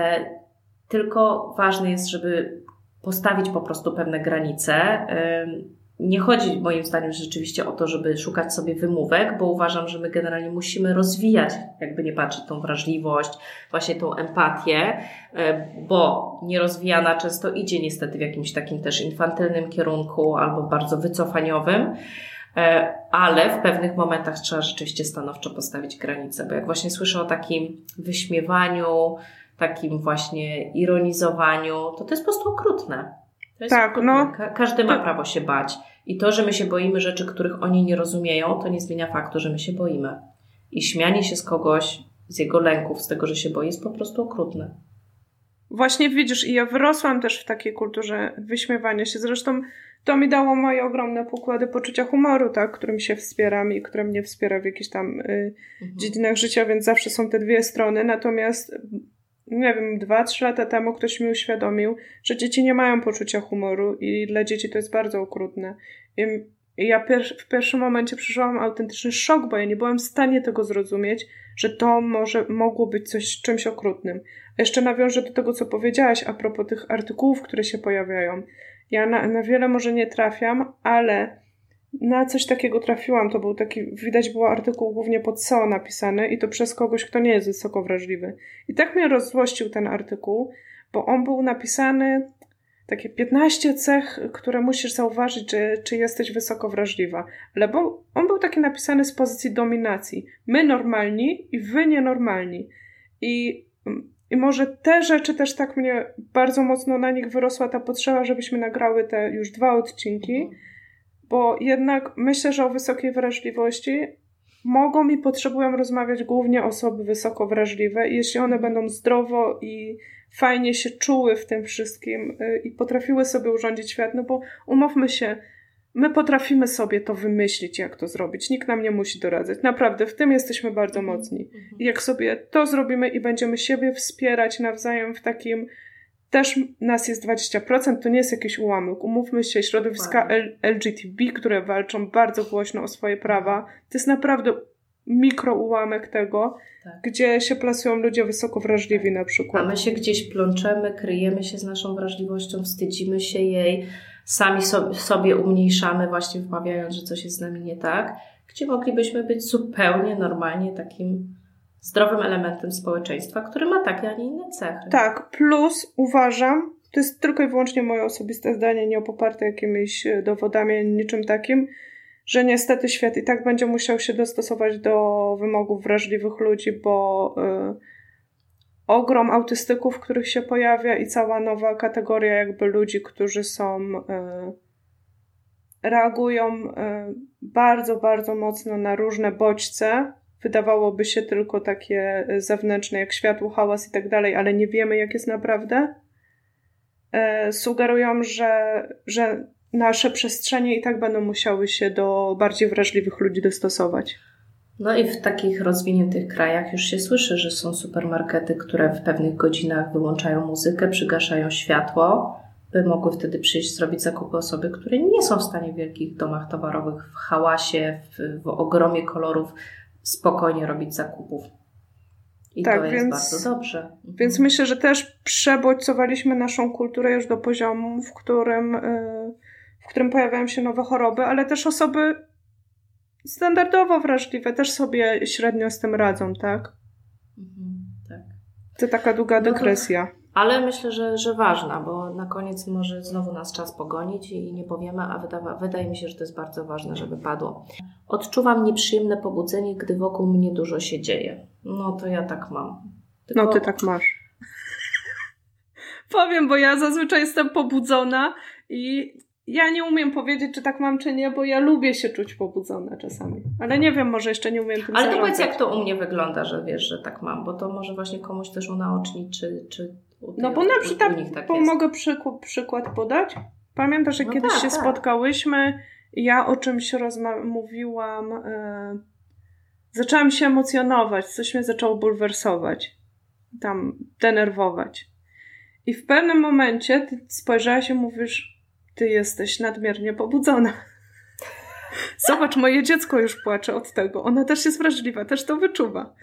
Speaker 3: Tylko ważne jest, żeby postawić po prostu pewne granice. Nie chodzi moim zdaniem rzeczywiście o to, żeby szukać sobie wymówek, bo uważam, że my generalnie musimy rozwijać, jakby nie patrzeć, tą wrażliwość, właśnie tą empatię, bo nierozwijana często idzie niestety w jakimś takim też infantylnym kierunku albo bardzo wycofaniowym, ale w pewnych momentach trzeba rzeczywiście stanowczo postawić granice, bo jak właśnie słyszę o takim wyśmiewaniu, takim właśnie ironizowaniu, to jest po prostu okrutne. To jest okrutne. Każdy ma prawo się bać. I to, że my się boimy rzeczy, których oni nie rozumieją, to nie zmienia faktu, że my się boimy. I śmianie się z kogoś, z jego lęków, z tego, że się boi, jest po prostu okrutne.
Speaker 2: Właśnie widzisz, i ja wyrosłam też w takiej kulturze wyśmiewania się. Zresztą to mi dało moje ogromne pokłady poczucia humoru, tak, którym się wspieram i które mnie wspiera w jakichś tam dziedzinach życia, więc zawsze są te dwie strony. Natomiast nie wiem, 2-3 lata temu ktoś mi uświadomił, że dzieci nie mają poczucia humoru i dla dzieci to jest bardzo okrutne. I ja w pierwszym momencie przeżyłam autentyczny szok, bo ja nie byłam w stanie tego zrozumieć, że to mogło być czymś okrutnym. A jeszcze nawiążę do tego, co powiedziałaś a propos tych artykułów, które się pojawiają. Ja na wiele może nie trafiam, ale na coś takiego trafiłam. To był widać było artykuł głównie pod SEO napisany i to przez kogoś, kto nie jest wysoko wrażliwy. I tak mnie rozzłościł ten artykuł, bo on był napisany takie 15 cech, które musisz zauważyć, czy jesteś wysoko wrażliwa. Ale bo on był taki napisany z pozycji dominacji. My normalni i wy nienormalni. I może te rzeczy też tak mnie bardzo mocno na nich wyrosła ta potrzeba, żebyśmy nagrały te już 2 odcinki, bo jednak myślę, że o wysokiej wrażliwości mogą i potrzebują rozmawiać głównie osoby wysoko wrażliwe i jeśli one będą zdrowo i fajnie się czuły w tym wszystkim i potrafiły sobie urządzić świat, no bo umówmy się, my potrafimy sobie to wymyślić, jak to zrobić. Nikt nam nie musi doradzać. Naprawdę, w tym jesteśmy bardzo mocni. I jak sobie to zrobimy i będziemy siebie wspierać nawzajem w takim... Też nas jest 20%, to nie jest jakiś ułamek. Umówmy się, środowiska LGTB, które walczą bardzo głośno o swoje prawa, to jest naprawdę mikroułamek tego, gdzie się plasują ludzie wysoko wrażliwi na przykład.
Speaker 3: A my się gdzieś plączemy, kryjemy się z naszą wrażliwością, wstydzimy się jej, sami sobie umniejszamy, właśnie wmawiając, że coś jest z nami nie tak, gdzie moglibyśmy być zupełnie normalnie takim zdrowym elementem społeczeństwa, który ma takie, a nie inne cechy.
Speaker 2: Tak, plus uważam, to jest tylko i wyłącznie moje osobiste zdanie, nie poparte jakimiś dowodami, ani niczym takim, że niestety świat i tak będzie musiał się dostosować do wymogów wrażliwych ludzi, bo ogrom autystyków, których się pojawia i cała nowa kategoria jakby ludzi, którzy są reagują bardzo, bardzo mocno na różne bodźce. Wydawałoby się tylko takie zewnętrzne, jak światło, hałas i tak dalej, ale nie wiemy, jak jest naprawdę. Sugerują, że nasze przestrzenie i tak będą musiały się do bardziej wrażliwych ludzi dostosować.
Speaker 3: No i w takich rozwiniętych krajach już się słyszy, że są supermarkety, które w pewnych godzinach wyłączają muzykę, przygaszają światło, by mogły wtedy przyjść zrobić zakupy osoby, które nie są w stanie w wielkich domach towarowych, w hałasie, w ogromie kolorów spokojnie robić zakupów. I tak, to jest bardzo dobrze.
Speaker 2: Więc myślę, że też przebodźcowaliśmy naszą kulturę już do poziomu, w którym pojawiają się nowe choroby, ale też osoby standardowo wrażliwe też sobie średnio z tym radzą, tak?
Speaker 3: Tak.
Speaker 2: To taka długa dygresja.
Speaker 3: Ale myślę, że ważna, bo na koniec może znowu nas czas pogonić i nie powiemy, a wydaje mi się, że to jest bardzo ważne, żeby padło. Odczuwam nieprzyjemne pobudzenie, gdy wokół mnie dużo się dzieje. No to ja tak mam.
Speaker 2: No ty tak masz. Powiem, bo ja zazwyczaj jestem pobudzona i ja nie umiem powiedzieć, czy tak mam, czy nie, bo ja lubię się czuć pobudzona czasami. Ale nie wiem, może jeszcze nie umiem tym
Speaker 3: zarządzać. Ale powiedz, jak to u mnie wygląda, że wiesz, że tak mam, bo to może właśnie komuś też unaocznić, czy
Speaker 2: no bo na przykład,
Speaker 3: tak
Speaker 2: mogę przykład podać. Pamiętasz, jak kiedyś się spotkałyśmy i ja o czymś mówiłam, zaczęłam się emocjonować, coś mnie zaczęło bulwersować, tam denerwować. I w pewnym momencie ty spojrzałaś i mówisz, ty jesteś nadmiernie pobudzona. Zobacz, moje dziecko już płacze od tego. Ona też jest wrażliwa, też to wyczuwa.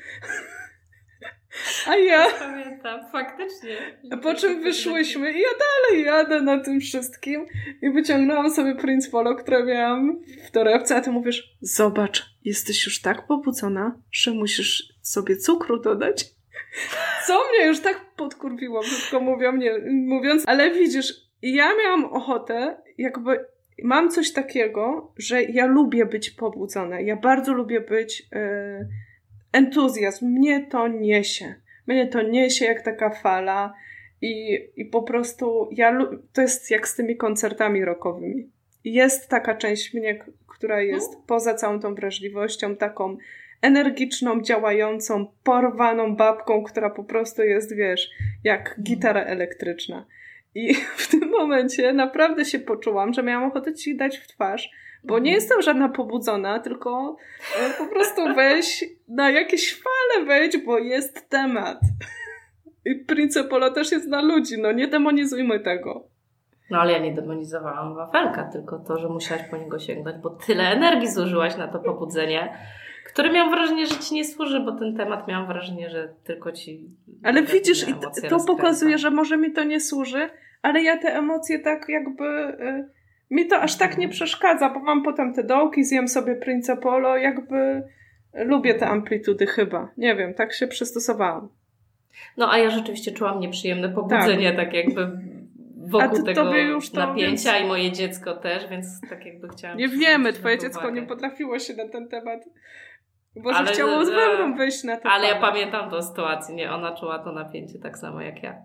Speaker 2: A ja...
Speaker 3: Pamiętam, faktycznie.
Speaker 2: Po czym wyszłyśmy i ja dalej jadę na tym wszystkim i wyciągnęłam sobie Prince Polo, które miałam w torebce, a ty mówisz, zobacz, jesteś już tak pobudzona, że musisz sobie cukru dodać. Co mnie już tak podkurwiło, krótko mówiąc, ale widzisz, ja miałam ochotę, jakby mam coś takiego, że ja lubię być pobudzona, ja bardzo lubię być entuzjazm, mnie to niesie jak taka fala i po prostu to jest jak z tymi koncertami rockowymi. Jest taka część mnie, która jest poza całą tą wrażliwością, taką energiczną, działającą, porwaną babką, która po prostu jest, wiesz, jak gitara elektryczna. I w tym momencie naprawdę się poczułam, że miałam ochotę ci dać w twarz, bo nie jestem żadna pobudzona, tylko po prostu weź na jakieś fale wejdź, bo jest temat. I Prince Polo też jest dla ludzi, no nie demonizujmy tego.
Speaker 3: No ale ja nie demonizowałam wafelka, tylko to, że musiałaś po niego sięgnąć, bo tyle energii zużyłaś na to pobudzenie, które miałam wrażenie, że ci nie służy, bo ten temat miałam wrażenie, że tylko ci...
Speaker 2: Ale widzisz, i to pokazuje, że może mi to nie służy, ale ja te emocje tak jakby... mi to aż tak nie przeszkadza, bo mam potem te dołki, zjem sobie Prince Polo, jakby lubię te amplitudy chyba. Nie wiem, tak się przystosowałam.
Speaker 3: No a ja rzeczywiście czułam nieprzyjemne pobudzenie, tak jakby wokół tego już napięcia i moje dziecko też, więc tak jakby chciałam...
Speaker 2: Nie wiemy, twoje dziecko nie potrafiło się na ten temat, bo że chciało z wewnątrz wyjść na ten
Speaker 3: temat. Ale ja pamiętam tę sytuację, nie? Ona czuła to napięcie tak samo jak ja.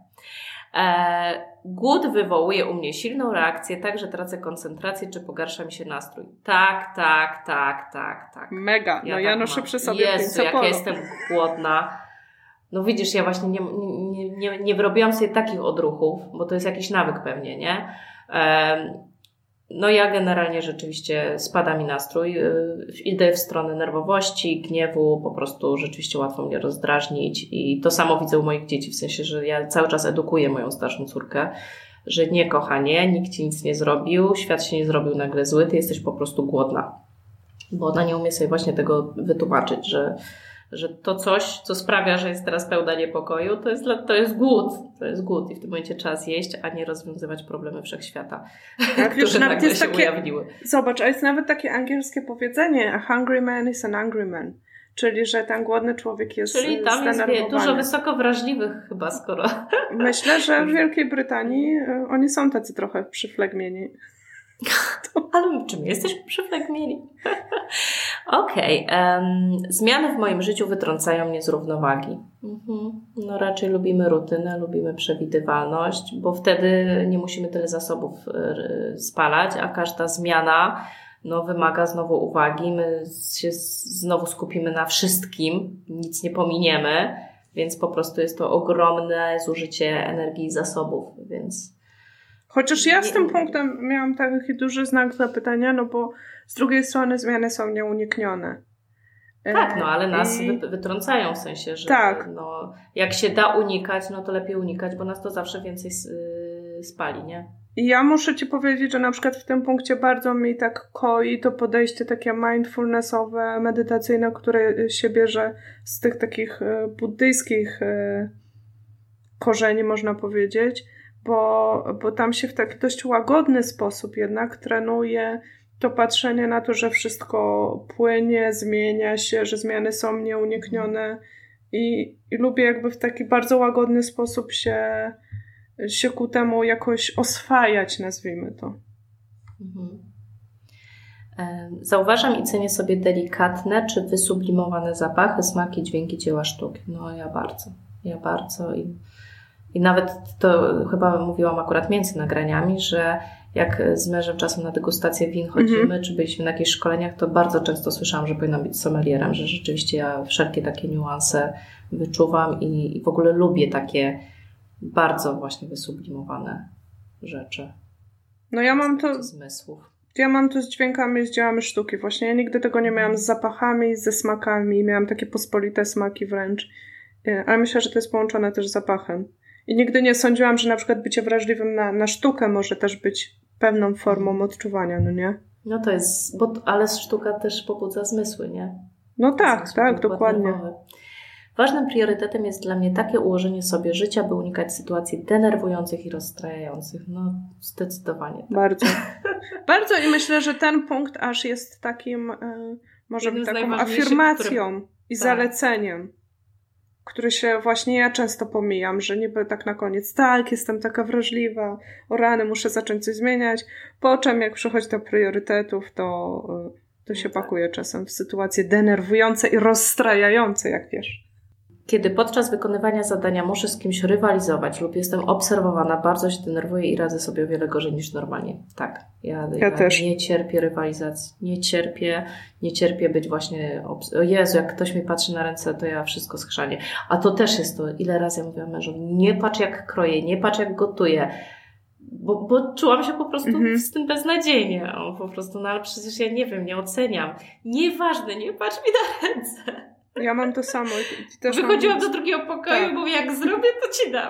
Speaker 3: Głód wywołuje u mnie silną reakcję, tak, że tracę koncentrację, czy pogarsza mi się nastrój. Tak.
Speaker 2: Mega, ja noszę przy sobie
Speaker 3: Jezu, jak ja jestem głodna, No widzisz, ja właśnie nie wyrobiłam sobie takich odruchów, bo to jest jakiś nawyk pewnie, nie? No ja generalnie rzeczywiście spada mi nastrój, idę w stronę nerwowości, gniewu, po prostu rzeczywiście łatwo mnie rozdrażnić i to samo widzę u moich dzieci, w sensie, że ja cały czas edukuję moją starszą córkę, że nie, kochanie, nikt ci nic nie zrobił, świat się nie zrobił nagle zły, ty jesteś po prostu głodna. Bo ona nie umie sobie właśnie tego wytłumaczyć, że to coś, co sprawia, że jest teraz pełna niepokoju, to jest głód. To jest głód i w tym momencie trzeba zjeść, a nie rozwiązywać problemy wszechświata, które nagle się ujawniły.
Speaker 2: Zobacz, a jest nawet takie angielskie powiedzenie, a hungry man is an angry man. Czyli, że ten głodny człowiek jest
Speaker 3: Czyli tam jest dużo wysoko wrażliwych chyba, skoro...
Speaker 2: Myślę, że w Wielkiej Brytanii oni są tacy trochę przyflegmieni.
Speaker 3: Ale czy my jesteśmy przyflegmieni? Okej. Zmiany w moim życiu wytrącają mnie z równowagi. No raczej lubimy rutynę, lubimy przewidywalność, bo wtedy nie musimy tyle zasobów spalać, a każda zmiana wymaga znowu uwagi. My się znowu skupimy na wszystkim, nic nie pominiemy, więc po prostu jest to ogromne zużycie energii i zasobów, więc...
Speaker 2: Chociaż ja z tym punktem miałam taki duży znak zapytania, no bo z drugiej strony zmiany są nieuniknione.
Speaker 3: Tak, ale nas wytrącają, w sensie, że
Speaker 2: tak.
Speaker 3: Jak się da unikać, to lepiej unikać, bo nas to zawsze więcej spali, nie?
Speaker 2: I ja muszę Ci powiedzieć, że na przykład w tym punkcie bardzo mi tak koi to podejście takie mindfulnessowe, medytacyjne, które się bierze z tych takich buddyjskich korzeni, można powiedzieć, bo tam się w taki dość łagodny sposób jednak trenuje to patrzenie na to, że wszystko płynie, zmienia się, że zmiany są nieuniknione i lubię jakby w taki bardzo łagodny sposób się ku temu jakoś oswajać, nazwijmy to.
Speaker 3: Zauważam i cenię sobie delikatne czy wysublimowane zapachy, smaki, dźwięki dzieła sztuki. No ja bardzo i nawet to chyba mówiłam akurat między nagraniami, że jak z mężem czasem na degustację win chodzimy, czy byliśmy na jakichś szkoleniach, to bardzo często słyszałam, że powinnam być sommelierem, że rzeczywiście ja wszelkie takie niuanse wyczuwam i w ogóle lubię takie bardzo właśnie wysublimowane rzeczy.
Speaker 2: No ja mam to...
Speaker 3: zmysłów.
Speaker 2: Ja mam to z dźwiękami, z dziełami sztuki. Właśnie ja nigdy tego nie miałam z zapachami, ze smakami. Miałam takie pospolite smaki wręcz. Ale myślę, że to jest połączone też z zapachem. I nigdy nie sądziłam, że na przykład bycie wrażliwym na sztukę może też być pewną formą odczuwania, no nie?
Speaker 3: No to jest, ale sztuka też pobudza zmysły, nie?
Speaker 2: No tak, dokładnie.
Speaker 3: Ważnym priorytetem jest dla mnie takie ułożenie sobie życia, by unikać sytuacji denerwujących i rozstrajających. No zdecydowanie. Tak.
Speaker 2: Bardzo. Bardzo i myślę, że ten punkt aż jest takim, może być taką afirmacją i zaleceniem, który się właśnie ja często pomijam, że niby tak na koniec, tak, jestem taka wrażliwa, o rany, muszę zacząć coś zmieniać, po czym jak przychodzi do priorytetów, to się pakuje czasem w sytuacje denerwujące i rozstrajające, jak wiesz.
Speaker 3: Kiedy podczas wykonywania zadania muszę z kimś rywalizować lub jestem obserwowana, bardzo się denerwuję i radzę sobie o wiele gorzej niż normalnie. Tak, ja też nie cierpię rywalizacji, nie cierpię być właśnie... O Jezu, jak ktoś mi patrzy na ręce, to ja wszystko schrzanię. A to też jest to, ile razy ja mówiłam mężowi, nie patrz jak kroję, nie patrz jak gotuję, bo czułam się po prostu z tym beznadziejnie. Po prostu, ale przecież ja nie wiem, nie oceniam. Nieważne, nie patrz mi na ręce.
Speaker 2: Ja mam to samo.
Speaker 3: Wychodziłam do drugiego pokoju i mówię, jak zrobię, to ci dam.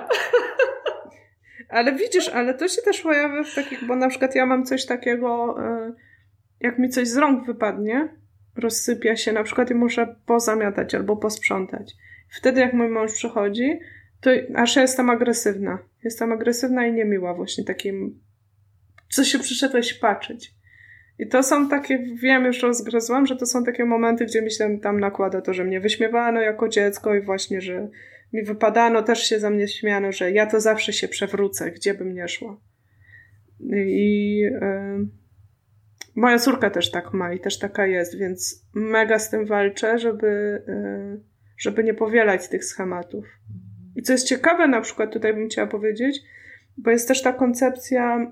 Speaker 2: Ale widzisz, to się też pojawia w takich, bo na przykład ja mam coś takiego, jak mi coś z rąk wypadnie, rozsypia się na przykład i muszę pozamiatać albo posprzątać. Wtedy jak mój mąż przychodzi, to aż ja jestem agresywna. Jestem agresywna i niemiła właśnie takim, co się przyszedłeś patrzeć. I to są takie, wiem, już rozgryzłam, że to są takie momenty, gdzie mi się tam nakłada to, że mnie wyśmiewano jako dziecko i właśnie, że mi wypadano, też się za mnie śmiano, że ja to zawsze się przewrócę, gdzie bym nie szła. I moja córka też tak ma i też taka jest, więc mega z tym walczę, żeby nie powielać tych schematów. I co jest ciekawe, na przykład tutaj bym chciała powiedzieć, bo jest też ta koncepcja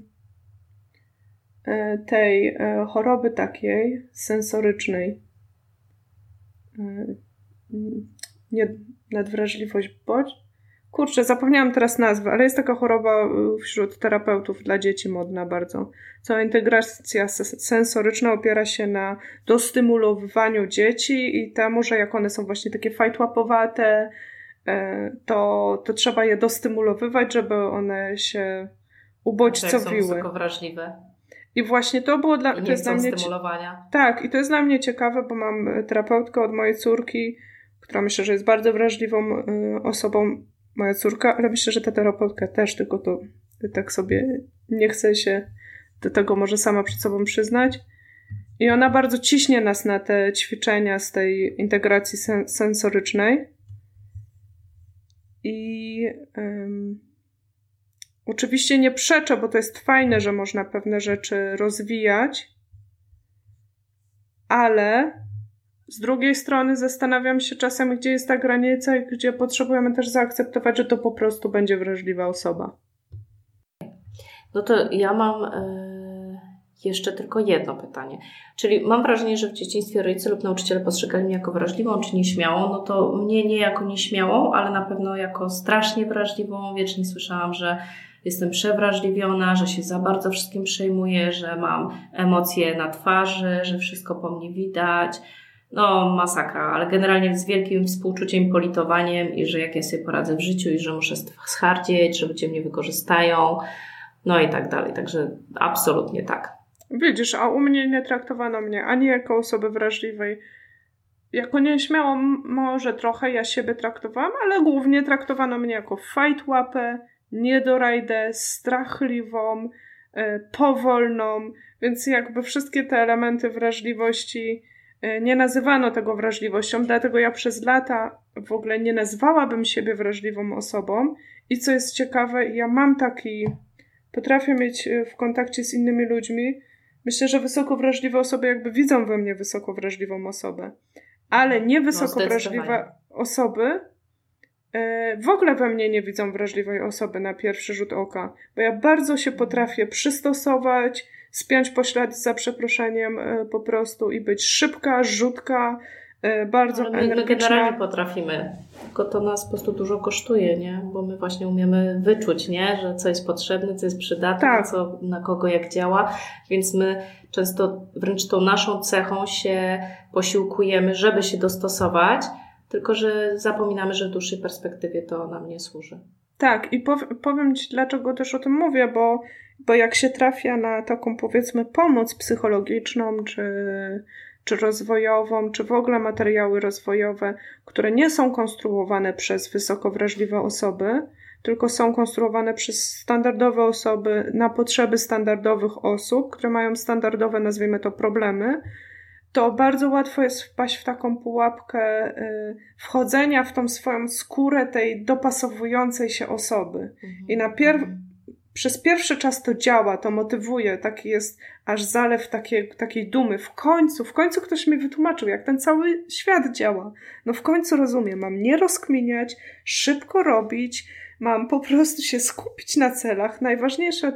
Speaker 2: tej choroby takiej sensorycznej. nadwrażliwość kurczę, zapomniałam teraz nazwy, ale jest taka choroba wśród terapeutów dla dzieci modna bardzo. Cała integracja sensoryczna opiera się na dostymulowywaniu dzieci i temu, że jak one są właśnie takie fajtłapowate, to trzeba je dostymulowywać, żeby one się ubodźcowiły.
Speaker 3: Są wysoko wrażliwe.
Speaker 2: I właśnie to było to jest dla mnie
Speaker 3: stymulowania.
Speaker 2: Tak, i to jest dla mnie ciekawe, bo mam terapeutkę od mojej córki, która myślę, że jest bardzo wrażliwą osobą, moja córka, ale myślę, że ta terapeutka też, tylko to tak sobie nie chce się do tego może sama przed sobą przyznać. I ona bardzo ciśnie nas na te ćwiczenia z tej integracji sensorycznej. I oczywiście nie przeczę, bo to jest fajne, że można pewne rzeczy rozwijać, ale z drugiej strony zastanawiam się czasem, gdzie jest ta granica i gdzie potrzebujemy też zaakceptować, że to po prostu będzie wrażliwa osoba.
Speaker 3: No to ja mam jeszcze tylko jedno pytanie. Czyli mam wrażenie, że w dzieciństwie rodzice lub nauczyciele postrzegali mnie jako wrażliwą czy nieśmiałą. No to mnie nie jako nieśmiałą, ale na pewno jako strasznie wrażliwą. Wiecznie słyszałam, że jestem przewrażliwiona, że się za bardzo wszystkim przejmuję, że mam emocje na twarzy, że wszystko po mnie widać. No masakra, ale generalnie z wielkim współczuciem i politowaniem i że jak ja sobie poradzę w życiu i że muszę schardzieć, że ludzie mnie wykorzystają, no i tak dalej. Także absolutnie tak.
Speaker 2: Widzisz, a u mnie nie traktowano mnie ani jako osoby wrażliwej. Jako nieśmiałą może trochę ja siebie traktowałam, ale głównie traktowano mnie jako fajtłapę, niedorajdę, strachliwą, powolną, więc jakby wszystkie te elementy wrażliwości nie nazywano tego wrażliwością, dlatego ja przez lata w ogóle nie nazwałabym siebie wrażliwą osobą i co jest ciekawe, ja mam potrafię mieć w kontakcie z innymi ludźmi, myślę, że wysoko wrażliwe osoby jakby widzą we mnie wysoko wrażliwą osobę, ale nie wysoko wrażliwe osoby w ogóle we mnie nie widzą wrażliwej osoby na pierwszy rzut oka, bo ja bardzo się potrafię przystosować, spiąć poślady za przeproszeniem po prostu i być szybka, rzutka, bardzo energiczna.
Speaker 3: My generalnie potrafimy, tylko to nas po prostu dużo kosztuje, nie? Bo my właśnie umiemy wyczuć, nie? Że co jest potrzebne, co jest przydatne,
Speaker 2: tak.
Speaker 3: Co na kogo jak działa, więc my często wręcz tą naszą cechą się posiłkujemy, żeby się dostosować, tylko że zapominamy, że w dłuższej perspektywie to nam nie służy.
Speaker 2: Tak, i powiem Ci, dlaczego też o tym mówię, bo jak się trafia na taką, powiedzmy, pomoc psychologiczną, czy rozwojową, czy w ogóle materiały rozwojowe, które nie są konstruowane przez wysoko wrażliwe osoby, tylko są konstruowane przez standardowe osoby na potrzeby standardowych osób, które mają standardowe, nazwijmy to, problemy, to bardzo łatwo jest wpaść w taką pułapkę wchodzenia w tą swoją skórę tej dopasowującej się osoby. I przez pierwszy czas to działa, to motywuje, taki jest aż zalew takiej dumy. W końcu ktoś mi wytłumaczył, jak ten cały świat działa. No w końcu rozumiem, mam nie rozkminiać, szybko robić, mam po prostu się skupić na celach. Najważniejsze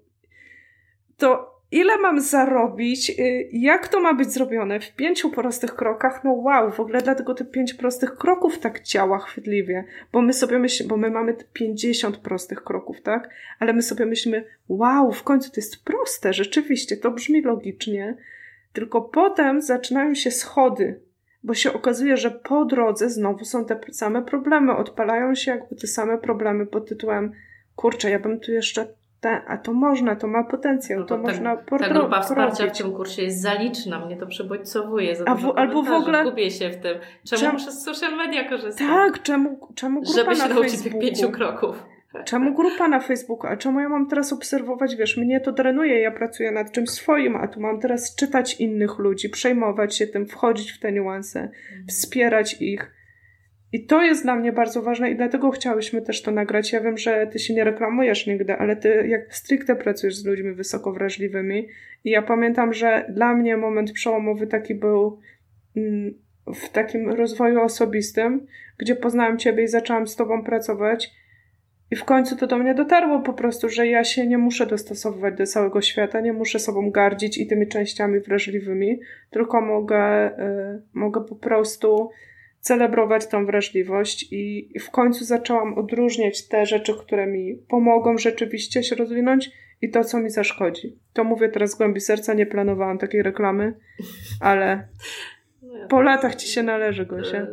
Speaker 2: to ile mam zarobić, jak to ma być zrobione w 5 prostych krokach, no wow, w ogóle dlatego te 5 prostych kroków tak działa chwytliwie, bo my sobie myślimy, bo my mamy 50 prostych kroków, tak? Ale my sobie myślimy, wow, w końcu to jest proste, rzeczywiście, to brzmi logicznie, tylko potem zaczynają się schody, bo się okazuje, że po drodze znowu są te same problemy, odpalają się jakby te same problemy pod tytułem, kurczę, ja bym tu jeszcze a to można, to ma potencjał,
Speaker 3: no
Speaker 2: to można
Speaker 3: ta grupa wsparcia w tym kursie jest zaliczna, mnie to przebodźcowuje, za dużo
Speaker 2: albo w ogóle
Speaker 3: gubię się w tym. Czemu muszę z social media korzystać?
Speaker 2: Tak, czemu grupa
Speaker 3: żeby się
Speaker 2: na
Speaker 3: nauczyć tych
Speaker 2: Facebooku?
Speaker 3: 5 kroków.
Speaker 2: Czemu grupa na Facebooku? A czemu ja mam teraz obserwować, wiesz, mnie to drenuje, ja pracuję nad czymś swoim, a tu mam teraz czytać innych ludzi, przejmować się tym, wchodzić w te niuanse, wspierać ich. I to jest dla mnie bardzo ważne i dlatego chciałyśmy też to nagrać. Ja wiem, że ty się nie reklamujesz nigdy, ale ty jak stricte pracujesz z ludźmi wysoko wrażliwymi i ja pamiętam, że dla mnie moment przełomowy taki był w takim rozwoju osobistym, gdzie poznałam ciebie i zaczęłam z tobą pracować i w końcu to do mnie dotarło po prostu, że ja się nie muszę dostosowywać do całego świata, nie muszę sobą gardzić i tymi częściami wrażliwymi, tylko mogę po prostu celebrować tą wrażliwość i w końcu zaczęłam odróżniać te rzeczy, które mi pomogą rzeczywiście się rozwinąć i to, co mi zaszkodzi. To mówię teraz z głębi serca, nie planowałam takiej reklamy, ale po latach ci się należy, Gosia.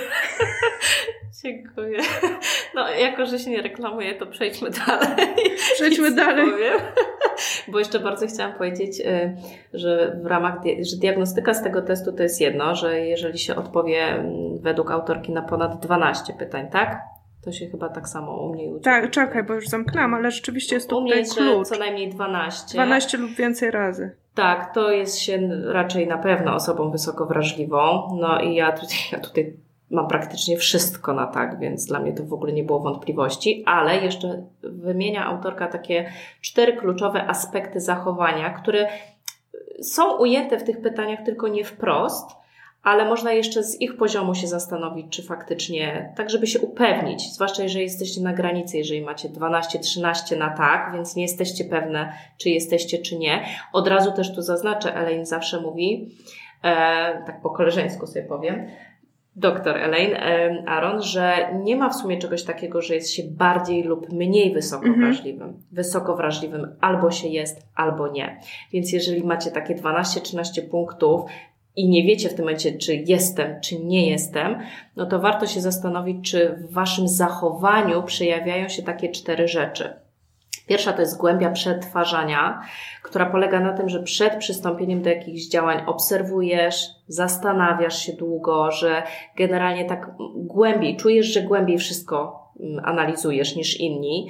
Speaker 3: Dziękuję. No, jako że się nie reklamuję, to przejdźmy dalej.
Speaker 2: Przejdźmy dalej.
Speaker 3: Bo jeszcze bardzo chciałam powiedzieć, że w ramach, że diagnostyka z tego testu to jest jedno, że jeżeli się odpowie według autorki na ponad 12 pytań, tak? To się chyba tak samo u mnie uczy.
Speaker 2: Tak, czekaj, bo już zamknęłam, ale rzeczywiście jest to
Speaker 3: u
Speaker 2: tutaj
Speaker 3: mnie
Speaker 2: klucz.
Speaker 3: Co najmniej 12.
Speaker 2: 12 lub więcej razy.
Speaker 3: Tak, to jest się raczej na pewno osobą wysoko wrażliwą. No i ja tutaj mam praktycznie wszystko na tak, więc dla mnie to w ogóle nie było wątpliwości, ale jeszcze wymienia autorka takie 4 kluczowe aspekty zachowania, które są ujęte w tych pytaniach, tylko nie wprost, ale można jeszcze z ich poziomu się zastanowić, czy faktycznie, tak żeby się upewnić, zwłaszcza jeżeli jesteście na granicy, jeżeli macie 12-13 na tak, więc nie jesteście pewne, czy jesteście, czy nie. Od razu też tu zaznaczę, Elaine zawsze mówi, tak po koleżeńsku sobie powiem, doktor Elaine Aron, że nie ma w sumie czegoś takiego, że jest się bardziej lub mniej wysoko wrażliwym. Wysoko wrażliwym albo się jest, albo nie. Więc jeżeli macie takie 12-13 punktów i nie wiecie w tym momencie, czy jestem, czy nie jestem, no to warto się zastanowić, czy w waszym zachowaniu przejawiają się takie 4 rzeczy. Pierwsza to jest głębia przetwarzania, która polega na tym, że przed przystąpieniem do jakichś działań obserwujesz, zastanawiasz się długo, że generalnie tak głębiej, czujesz, że głębiej wszystko analizujesz niż inni.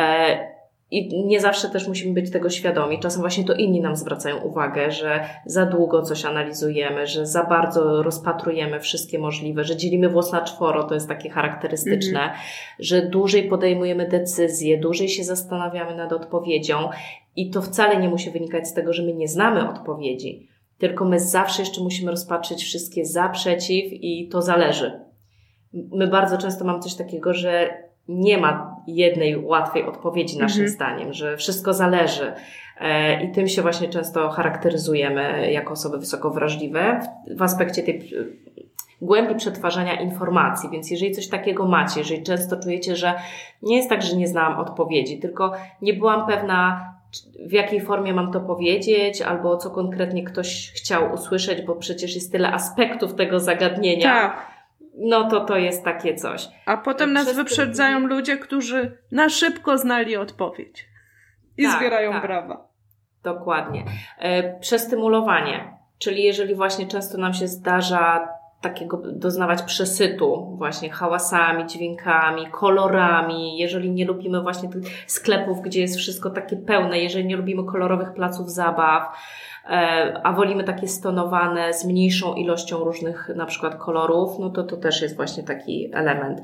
Speaker 3: I nie zawsze też musimy być tego świadomi. Czasem właśnie to inni nam zwracają uwagę, że za długo coś analizujemy, że za bardzo rozpatrujemy wszystkie możliwe, że dzielimy włos na czworo, to jest takie charakterystyczne, że dłużej podejmujemy decyzje, dłużej się zastanawiamy nad odpowiedzią i to wcale nie musi wynikać z tego, że my nie znamy odpowiedzi, tylko my zawsze jeszcze musimy rozpatrzyć wszystkie za, przeciw i to zależy. My bardzo często mamy coś takiego, że nie ma jednej łatwej odpowiedzi naszym zdaniem, że wszystko zależy i tym się właśnie często charakteryzujemy jako osoby wysoko wrażliwe w aspekcie tej głębi przetwarzania informacji, więc jeżeli coś takiego macie, jeżeli często czujecie, że nie jest tak, że nie znałam odpowiedzi, tylko nie byłam pewna, w jakiej formie mam to powiedzieć, albo co konkretnie ktoś chciał usłyszeć, bo przecież jest tyle aspektów tego zagadnienia.
Speaker 2: Tak.
Speaker 3: No to jest takie coś.
Speaker 2: A potem nas wyprzedzają ludzie, którzy na szybko znali odpowiedź. I zbierają brawa.
Speaker 3: Dokładnie. Przestymulowanie. Czyli jeżeli właśnie często nam się zdarza takiego doznawać przesytu właśnie hałasami, dźwiękami, kolorami, jeżeli nie lubimy właśnie tych sklepów, gdzie jest wszystko takie pełne, jeżeli nie lubimy kolorowych placów zabaw, a wolimy takie stonowane z mniejszą ilością różnych na przykład kolorów, no to też jest właśnie taki element.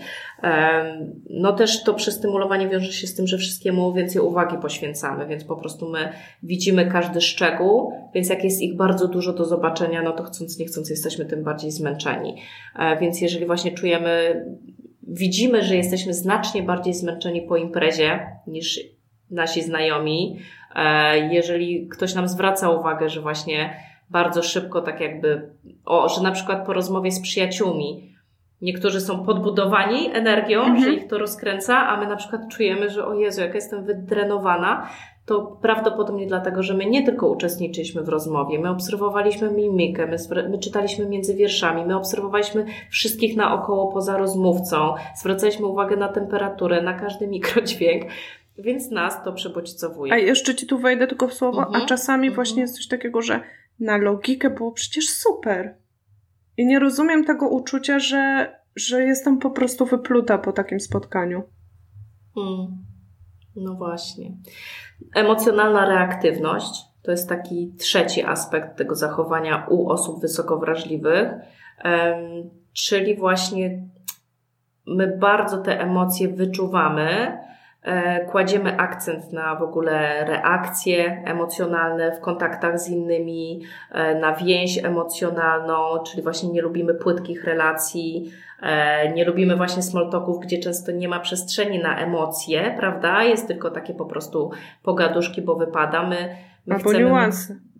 Speaker 3: No też to przestymulowanie wiąże się z tym, że wszystkiemu więcej uwagi poświęcamy, więc po prostu my widzimy każdy szczegół, więc jak jest ich bardzo dużo do zobaczenia, no to chcąc nie chcąc jesteśmy tym bardziej zmęczeni. Więc jeżeli właśnie widzimy, że jesteśmy znacznie bardziej zmęczeni po imprezie niż nasi znajomi, jeżeli ktoś nam zwraca uwagę, że właśnie bardzo szybko tak jakby, że na przykład po rozmowie z przyjaciółmi niektórzy są podbudowani energią, że ich to rozkręca, a my na przykład czujemy, że o Jezu, jak jestem wydrenowana, to prawdopodobnie dlatego, że my nie tylko uczestniczyliśmy w rozmowie, my obserwowaliśmy mimikę, my czytaliśmy między wierszami, my obserwowaliśmy wszystkich naokoło poza rozmówcą, zwracaliśmy uwagę na temperaturę, na każdy mikrodźwięk, więc nas to przebodźcowuje.
Speaker 2: A jeszcze ci tu wejdę tylko w słowo, a czasami właśnie jest coś takiego, że na logikę było przecież super. I nie rozumiem tego uczucia, że jestem po prostu wypluta po takim spotkaniu.
Speaker 3: No właśnie. Emocjonalna reaktywność to jest taki trzeci aspekt tego zachowania u osób wysoko wrażliwych, czyli właśnie my bardzo te emocje wyczuwamy, kładziemy akcent na w ogóle reakcje emocjonalne w kontaktach z innymi, na więź emocjonalną, czyli właśnie nie lubimy płytkich relacji, nie lubimy właśnie small talków, gdzie często nie ma przestrzeni na emocje, prawda? Jest tylko takie po prostu pogaduszki, bo wypada. My
Speaker 2: albo
Speaker 3: chcemy
Speaker 2: niuanse.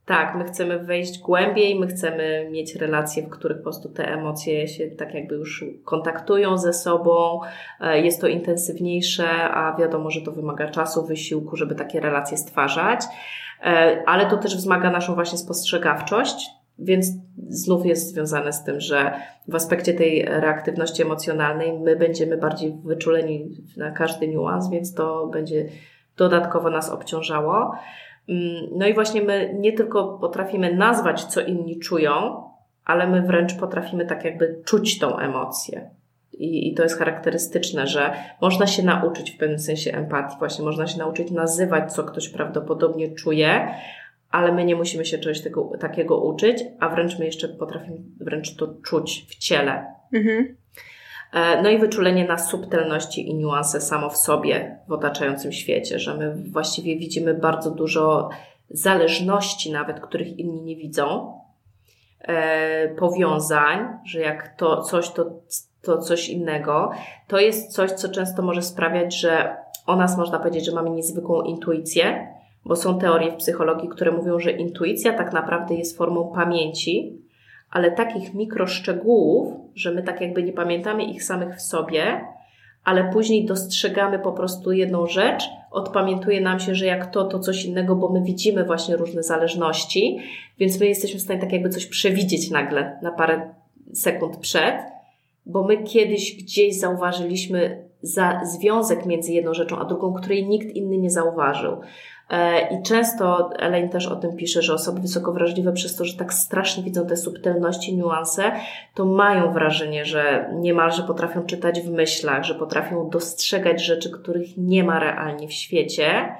Speaker 3: Tak, my chcemy wejść głębiej, my chcemy mieć relacje, w których po prostu te emocje się tak jakby już kontaktują ze sobą, jest to intensywniejsze, a wiadomo, że to wymaga czasu, wysiłku, żeby takie relacje stwarzać, ale to też wzmaga naszą właśnie spostrzegawczość, więc znów jest związane z tym, że w aspekcie tej reaktywności emocjonalnej my będziemy bardziej wyczuleni na każdy niuans, więc to będzie dodatkowo nas obciążało. No i właśnie my nie tylko potrafimy nazwać, co inni czują, ale my wręcz potrafimy tak jakby czuć tą emocję. I to jest charakterystyczne, że można się nauczyć w pewnym sensie empatii, właśnie można się nauczyć nazywać, co ktoś prawdopodobnie czuje, ale my nie musimy się czegoś takiego uczyć, a wręcz my jeszcze potrafimy wręcz to czuć w ciele. Mhm. No i wyczulenie na subtelności i niuanse samo w sobie w otaczającym świecie, że my właściwie widzimy bardzo dużo zależności nawet, których inni nie widzą, powiązań, że jak to coś, to coś innego. To jest coś, co często może sprawiać, że o nas można powiedzieć, że mamy niezwykłą intuicję, bo są teorie w psychologii, które mówią, że intuicja tak naprawdę jest formą pamięci, ale takich mikroszczegółów, że my tak jakby nie pamiętamy ich samych w sobie, ale później dostrzegamy po prostu jedną rzecz, odpamiętuje nam się, że jak to coś innego, bo my widzimy właśnie różne zależności, więc my jesteśmy w stanie tak jakby coś przewidzieć nagle na parę sekund przed, bo my kiedyś gdzieś zauważyliśmy związek między jedną rzeczą a drugą, której nikt inny nie zauważył. I często Elaine też o tym pisze, że osoby wysoko wrażliwe przez to, że tak strasznie widzą te subtelności, niuanse, to mają wrażenie, że niemalże potrafią czytać w myślach, że potrafią dostrzegać rzeczy, których nie ma realnie w świecie.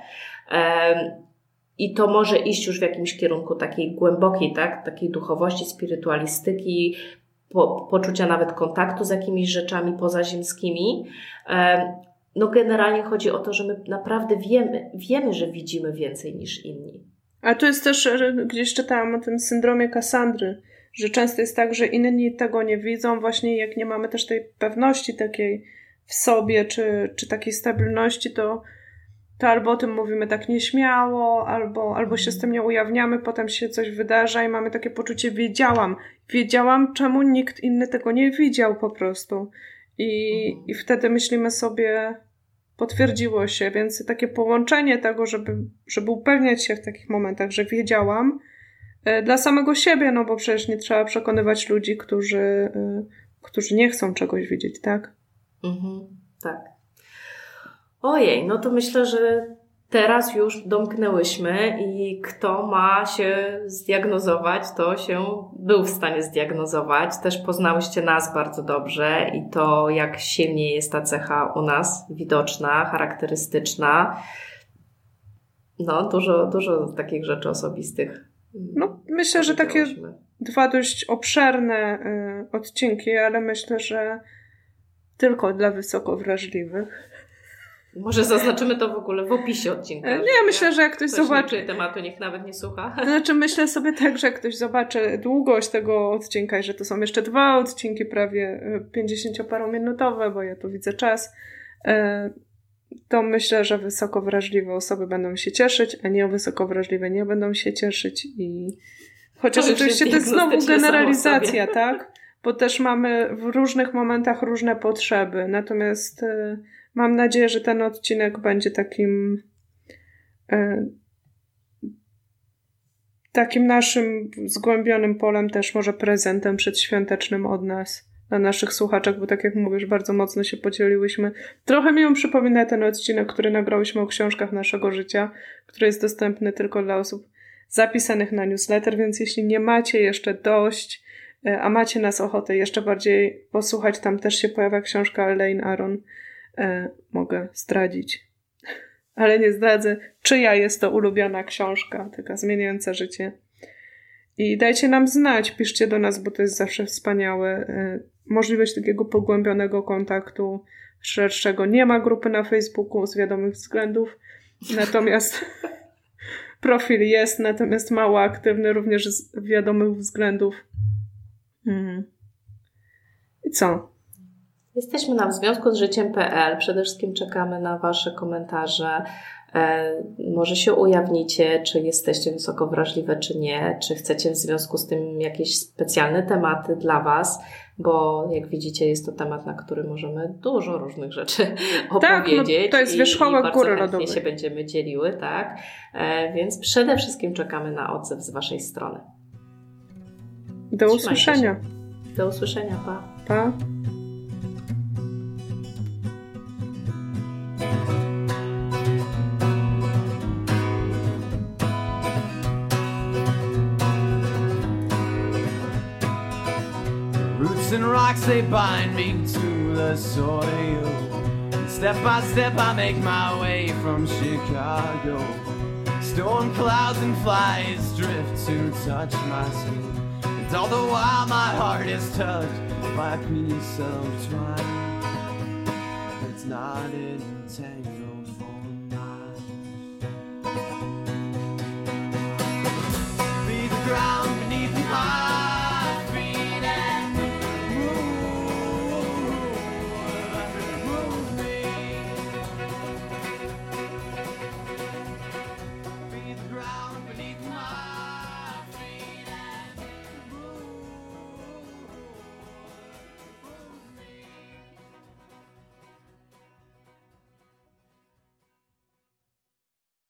Speaker 3: I to może iść już w jakimś kierunku takiej głębokiej, tak? Takiej duchowości, spirytualistyki, poczucia nawet kontaktu z jakimiś rzeczami pozaziemskimi. No generalnie chodzi o to, że my naprawdę wiemy, że widzimy więcej niż inni.
Speaker 2: A to jest też, gdzieś czytałam o tym syndromie Kassandry, że często jest tak, że inni tego nie widzą, właśnie jak nie mamy też tej pewności takiej w sobie, czy takiej stabilności, to albo o tym mówimy tak nieśmiało, albo się z tym nie ujawniamy, potem się coś wydarza i mamy takie poczucie wiedziałam, czemu nikt inny tego nie widział po prostu. I wtedy myślimy sobie, potwierdziło się, więc takie połączenie tego, żeby upewniać się w takich momentach, że wiedziałam dla samego siebie, no bo przecież nie trzeba przekonywać ludzi, którzy nie chcą czegoś widzieć, tak?
Speaker 3: Tak. Ojej, no to myślę, że teraz już domknęłyśmy i kto ma się zdiagnozować, to się był w stanie zdiagnozować. Też poznałyście nas bardzo dobrze i to, jak silnie jest ta cecha u nas widoczna, charakterystyczna. No, dużo takich rzeczy osobistych.
Speaker 2: No, myślę, że takie dwa dość obszerne odcinki, ale myślę, że tylko dla wysoko wrażliwych.
Speaker 3: Może zaznaczymy to w ogóle w opisie odcinka.
Speaker 2: Nie, myślę, że jak ktoś zobaczy...
Speaker 3: nie tematu, niech nawet nie słucha.
Speaker 2: Znaczy, myślę sobie tak, że jak ktoś zobaczy długość tego odcinka i że to są jeszcze 2 odcinki prawie 50-parominutowe, bo ja tu widzę czas, to myślę, że wysoko wrażliwe osoby będą się cieszyć, a nie wysoko wrażliwe nie będą się cieszyć i... Chociaż oczywiście to jest znowu generalizacja, tak? Bo też mamy w różnych momentach różne potrzeby. Natomiast mam nadzieję, że ten odcinek będzie takim naszym zgłębionym polem, też może prezentem przedświątecznym od nas dla naszych słuchaczek, bo tak jak mówisz, bardzo mocno się podzieliłyśmy. Trochę mi przypomina ten odcinek, który nagrałyśmy o książkach naszego życia, który jest dostępny tylko dla osób zapisanych na newsletter, więc jeśli nie macie jeszcze dość, a macie nas ochotę jeszcze bardziej posłuchać, tam też się pojawia książka Elaine Aron, mogę zdradzić. Ale nie zdradzę, czyja jest to ulubiona książka, taka zmieniająca życie. I dajcie nam znać, piszcie do nas, bo to jest zawsze wspaniałe. Możliwość takiego pogłębionego kontaktu szerszego. Nie ma grupy na Facebooku z wiadomych względów, natomiast profil jest, natomiast mało aktywny również z wiadomych względów. I co?
Speaker 3: Jesteśmy na wzwiązku z życiem.pl. Przede wszystkim czekamy na Wasze komentarze. Może się ujawnicie, czy jesteście wysoko wrażliwe, czy nie, czy chcecie w związku z tym jakieś specjalne tematy dla Was, bo jak widzicie jest to temat, na który możemy dużo różnych rzeczy opowiedzieć.
Speaker 2: No, to jest wierzchołek góry lodowej.
Speaker 3: I bardzo chętnie się będziemy dzieliły, tak? Więc przede wszystkim czekamy na odzew z Waszej strony.
Speaker 2: Do usłyszenia.
Speaker 3: Do usłyszenia, pa.
Speaker 2: Pa.
Speaker 4: Roots and rocks, they bind me to the soil. Step by step I make my way from Chicago. Storm clouds and flies drift to touch my soul. And all the while my heart is touched by a piece of twine. It's not entangled.